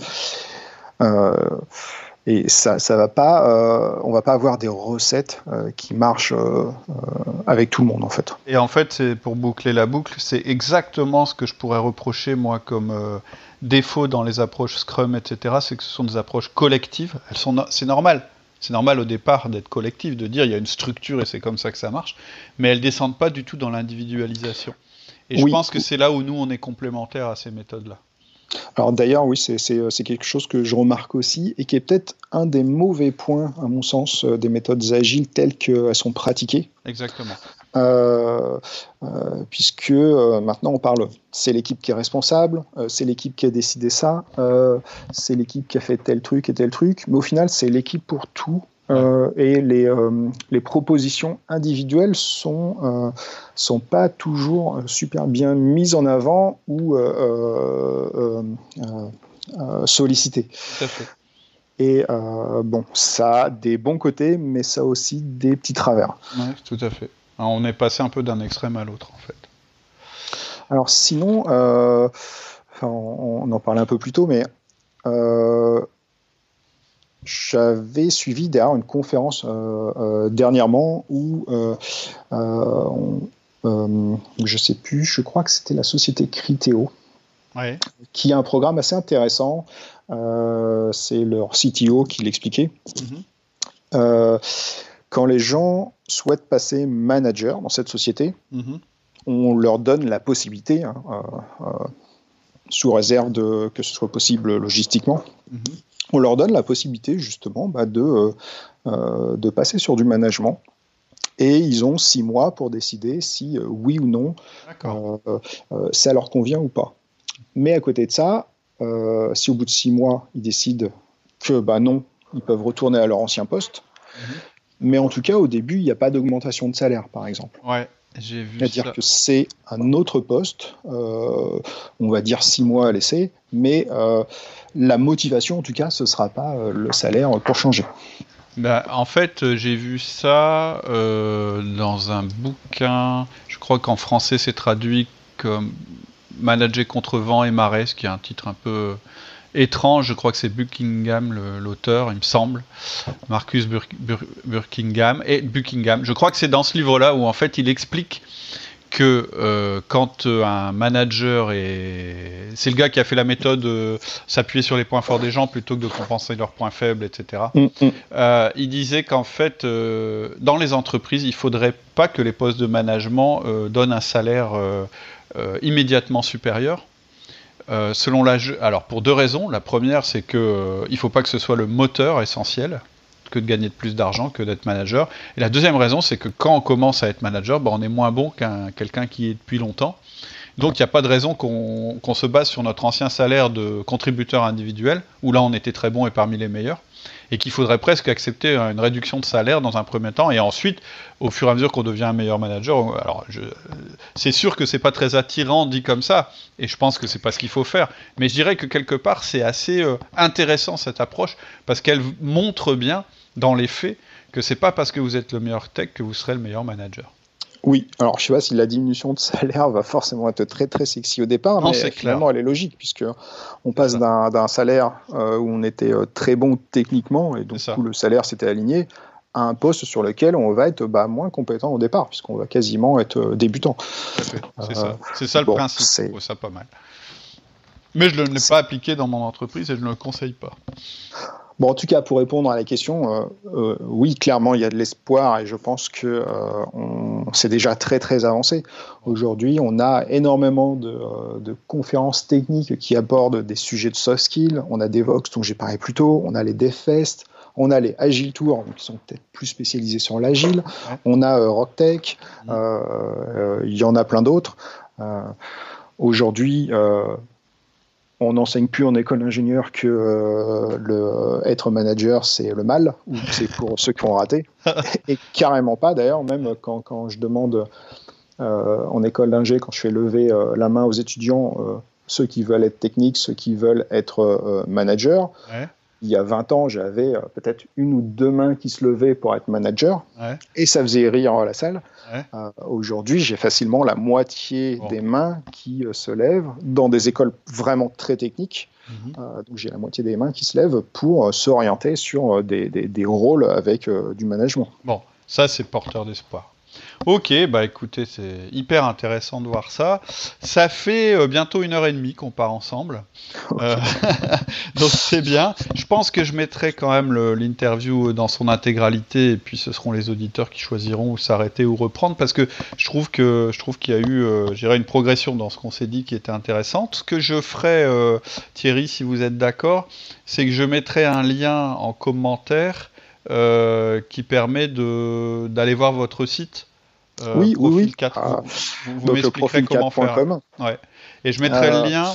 euh, Et ça, ça va pas, euh, on va pas avoir des recettes euh, qui marchent euh, euh, avec tout le monde en fait. Et en fait, c'est pour boucler la boucle, c'est exactement ce que je pourrais reprocher moi comme euh, défaut dans les approches Scrum, et cetera. C'est que ce sont des approches collectives. Elles sont, no- c'est normal, c'est normal au départ d'être collectif, de dire il y a une structure et c'est comme ça que ça marche. Mais elles descendent pas du tout dans l'individualisation. Et je oui. pense que c'est là où nous on est complémentaires à ces méthodes-là. Alors d'ailleurs, oui, c'est, c'est, c'est quelque chose que je remarque aussi et qui est peut-être un des mauvais points, à mon sens, des méthodes agiles telles qu'elles sont pratiquées. Exactement. Euh, euh, puisque euh, maintenant on parle, c'est l'équipe qui est responsable, euh, c'est l'équipe qui a décidé ça, euh, c'est l'équipe qui a fait tel truc et tel truc, mais au final c'est l'équipe pour tout. Euh, et les, euh, les propositions individuelles sont, euh, sont pas toujours super bien mises en avant ou euh, euh, euh, euh, sollicitées. Tout à fait. Et euh, bon, ça a des bons côtés, mais ça a aussi des petits travers. Oui, tout à fait. Alors, on est passé un peu d'un extrême à l'autre, en fait. Alors sinon, euh, enfin, on, on en parlait un peu plus tôt, mais euh, j'avais suivi d'ailleurs une conférence euh, euh, dernièrement où euh, euh, on, euh, je sais plus, je crois que c'était la société Criteo, ouais. qui a un programme assez intéressant. Euh, c'est leur C T O qui l'expliquait. Mm-hmm. Euh, quand les gens souhaitent passer manager dans cette société, mm-hmm. on leur donne la possibilité, hein, euh, euh, sous réserve de, que ce soit possible logistiquement, mm-hmm. on leur donne la possibilité justement bah, de, euh, de passer sur du management. Et ils ont six mois pour décider si euh, oui ou non euh, euh, ça leur convient ou pas. Mais à côté de ça, euh, si au bout de six mois, ils décident que bah, non, ils peuvent retourner à leur ancien poste, mmh. mais en tout cas, au début, il n'y a pas d'augmentation de salaire, par exemple. Ouais, j'ai vu C'est-à-dire ça. que c'est un autre poste, euh, on va dire six mois à laisser, mais euh, la motivation, en tout cas, ce ne sera pas euh, le salaire pour changer. Ben, en fait, j'ai vu ça euh, dans un bouquin, je crois qu'en français c'est traduit comme Manager contre vent et marée, ce qui est un titre un peu étrange. Je crois que c'est Buckingham le, l'auteur, il me semble, Marcus Bur- Bur- Buckingham. Et Buckingham. Je crois que c'est dans ce livre-là où en fait il explique que euh, quand euh, un manager est... C'est le gars qui a fait la méthode euh, s'appuyer sur les points forts des gens plutôt que de compenser leurs points faibles, et cetera. Mm-hmm. Euh, il disait qu'en fait, euh, dans les entreprises, il ne faudrait pas que les postes de management euh, donnent un salaire euh, euh, immédiatement supérieur. Euh, selon la... Alors, pour deux raisons. La première, c'est qu'il euh, ne faut pas que ce soit le moteur essentiel que de gagner de plus d'argent que d'être manager. Et la deuxième raison, c'est que quand on commence à être manager, ben on est moins bon qu'un quelqu'un qui est depuis longtemps. Donc il n'y a pas de raison qu'on, qu'on se base sur notre ancien salaire de contributeur individuel, où là on était très bon et parmi les meilleurs, et qu'il faudrait presque accepter une réduction de salaire dans un premier temps, et ensuite, au fur et à mesure qu'on devient un meilleur manager, alors je, c'est sûr que c'est pas très attirant dit comme ça, et je pense que c'est pas ce qu'il faut faire, mais je dirais que quelque part c'est assez euh, intéressant cette approche, parce qu'elle montre bien, dans les faits, que c'est pas parce que vous êtes le meilleur tech que vous serez le meilleur manager. Oui, alors je sais pas si la diminution de salaire va forcément être très très sexy au départ, non, mais c'est finalement clair. elle est logique, puisque on passe d'un, d'un salaire euh, où on était euh, très bon techniquement, et donc tout le salaire s'était aligné, à un poste sur lequel on va être bah, moins compétent au départ, puisqu'on va quasiment être euh, débutant. C'est, euh, ça. c'est ça le bon, principe, c'est... je trouve ça pas mal. Mais je ne l'ai pas appliqué dans mon entreprise et je ne le conseille pas. Bon, en tout cas, pour répondre à la question, euh, euh, oui, clairement, il y a de l'espoir et je pense que euh, on, c'est déjà très, très avancé. Aujourd'hui, on a énormément de, euh, de conférences techniques qui abordent des sujets de soft skills. On a Devox, dont j'ai parlé plus tôt. On a les DevFest. On a les Agile Tours, qui sont peut-être plus spécialisés sur l'agile. Ouais. On a euh, RockTech. Mmh. Euh, il y en a plein d'autres. Euh, aujourd'hui... Euh, on n'enseigne plus en école d'ingénieur que euh, le, être manager, c'est le mal, ou c'est pour ceux qui ont raté. Et carrément pas, d'ailleurs, même quand, quand je demande euh, en école d'ingé, quand je fais lever euh, la main aux étudiants, euh, ceux qui veulent être techniques, ceux qui veulent être euh, manager, ouais. Il y a vingt ans, j'avais euh, peut-être une ou deux mains qui se levaient pour être manager, ouais. Et ça faisait rire la salle. Ouais. Euh, aujourd'hui, j'ai facilement la moitié bon. des mains qui euh, se lèvent dans des écoles vraiment très techniques. Mm-hmm. Euh, donc j'ai la moitié des mains qui se lèvent pour euh, s'orienter sur euh, des, des, des rôles avec euh, du management. Bon, ça c'est porteur d'espoir. Ok, bah écoutez, c'est hyper intéressant de voir ça. Ça fait euh, bientôt une heure et demie qu'on part ensemble. Okay. Euh, donc c'est bien. Je pense que je mettrai quand même le, l'interview dans son intégralité et puis ce seront les auditeurs qui choisiront où s'arrêter ou reprendre parce que je trouve, que, je trouve qu'il y a eu euh, je dirais une progression dans ce qu'on s'est dit qui était intéressante. Ce que je ferai, euh, Thierry, si vous êtes d'accord, c'est que je mettrai un lien en commentaire euh, qui permet de, d'aller voir votre site. Euh, oui, oui, oui. quatre, ah, vous, vous m'expliquerez comment faire. Ouais. Et je mettrai euh... le lien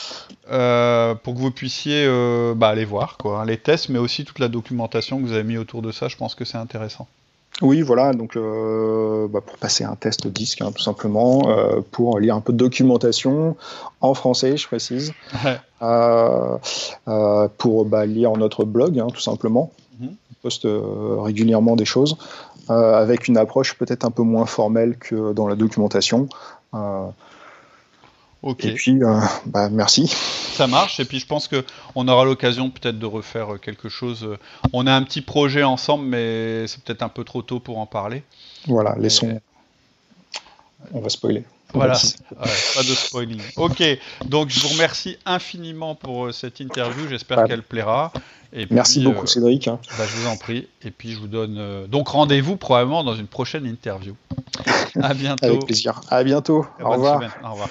euh, pour que vous puissiez euh, bah, aller voir quoi, hein, les tests, mais aussi toute la documentation que vous avez mis autour de ça. Je pense que c'est intéressant. Oui, voilà. Donc, euh, bah, pour passer un test disque, hein, tout simplement, euh, pour lire un peu de documentation en français, je précise, ouais. euh, euh, pour bah, lire notre blog, hein, tout simplement. Mm-hmm. On poste euh, régulièrement des choses. Euh, avec une approche peut-être un peu moins formelle que dans la documentation. Euh, okay. Et puis, euh, bah, merci. Ça marche, et puis je pense qu'on aura l'occasion peut-être de refaire quelque chose. On a un petit projet ensemble, mais c'est peut-être un peu trop tôt pour en parler. Voilà, laissons... Et... On va spoiler. Voilà, ouais, pas de spoiling. Ok, donc je vous remercie infiniment pour cette interview, j'espère ouais. qu'elle plaira. Et Merci puis, beaucoup euh, Cédric. Bah, je vous en prie, et puis je vous donne euh, donc rendez-vous probablement dans une prochaine interview. À bientôt. Avec plaisir. À bientôt. Au revoir. Au revoir.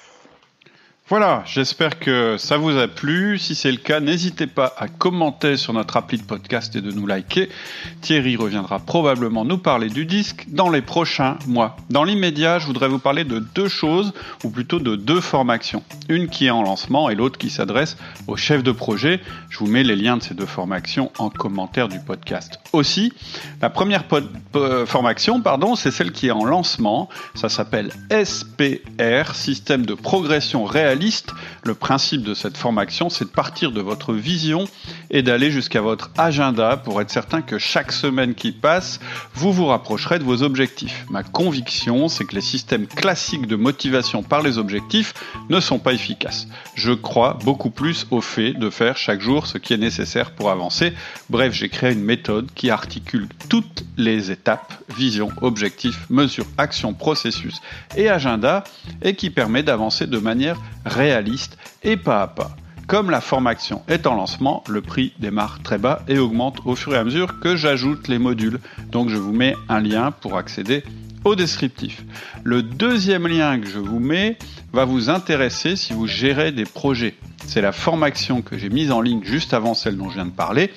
Voilà, j'espère que ça vous a plu. Si c'est le cas, n'hésitez pas à commenter sur notre appli de podcast et de nous liker. Thierry reviendra probablement nous parler du disque dans les prochains mois. Dans l'immédiat, je voudrais vous parler de deux choses, ou plutôt de deux formations. Une qui est en lancement et l'autre qui s'adresse aux chefs de projet. Je vous mets les liens de ces deux formations en commentaire du podcast. Aussi, la première pod- euh, formation, pardon, c'est celle qui est en lancement. Ça s'appelle S P R, Système de Progression Réaliste. Le principe de cette formation, c'est de partir de votre vision et d'aller jusqu'à votre agenda pour être certain que chaque semaine qui passe, vous vous rapprocherez de vos objectifs. Ma conviction, c'est que les systèmes classiques de motivation par les objectifs ne sont pas efficaces. Je crois beaucoup plus au fait de faire chaque jour ce qui est nécessaire pour avancer. Bref, j'ai créé une méthode qui articule toutes les étapes, vision, objectif, mesure, action, processus et agenda et qui permet d'avancer de manière réaliste et pas à pas. Comme la formation est en lancement, le prix démarre très bas et augmente au fur et à mesure que j'ajoute les modules. Donc je vous mets un lien pour accéder au descriptif. Le deuxième lien que je vous mets va vous intéresser si vous gérez des projets. C'est la formation que j'ai mise en ligne juste avant celle dont je viens de parler.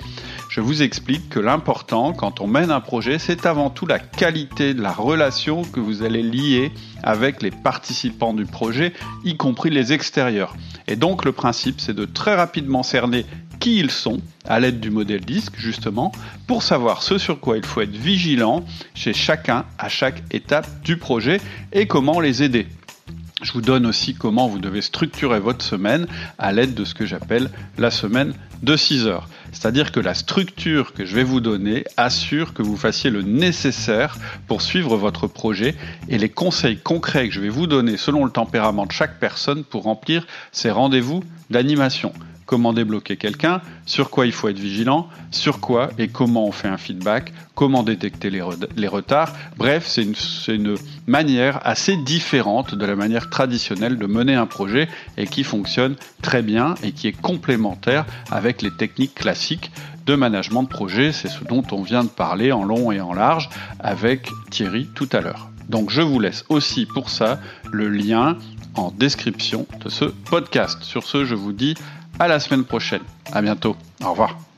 je vous explique que l'important quand on mène un projet, c'est avant tout la qualité de la relation que vous allez lier avec les participants du projet, y compris les extérieurs. Et donc le principe, c'est de très rapidement cerner qui ils sont, à l'aide du modèle DISC justement, pour savoir ce sur quoi il faut être vigilant chez chacun à chaque étape du projet et comment les aider. Je vous donne aussi comment vous devez structurer votre semaine à l'aide de ce que j'appelle la semaine de six heures. C'est-à-dire que la structure que je vais vous donner assure que vous fassiez le nécessaire pour suivre votre projet et les conseils concrets que je vais vous donner selon le tempérament de chaque personne pour remplir ces rendez-vous d'animation. Comment débloquer quelqu'un, sur quoi il faut être vigilant, sur quoi et comment on fait un feedback, comment détecter les, re- les retards. Bref, c'est une, c'est une manière assez différente de la manière traditionnelle de mener un projet et qui fonctionne très bien et qui est complémentaire avec les techniques classiques de management de projet. C'est ce dont on vient de parler en long et en large avec Thierry tout à l'heure. Donc je vous laisse aussi pour ça le lien en description de ce podcast. Sur ce, je vous dis à la semaine prochaine. À bientôt. Au revoir.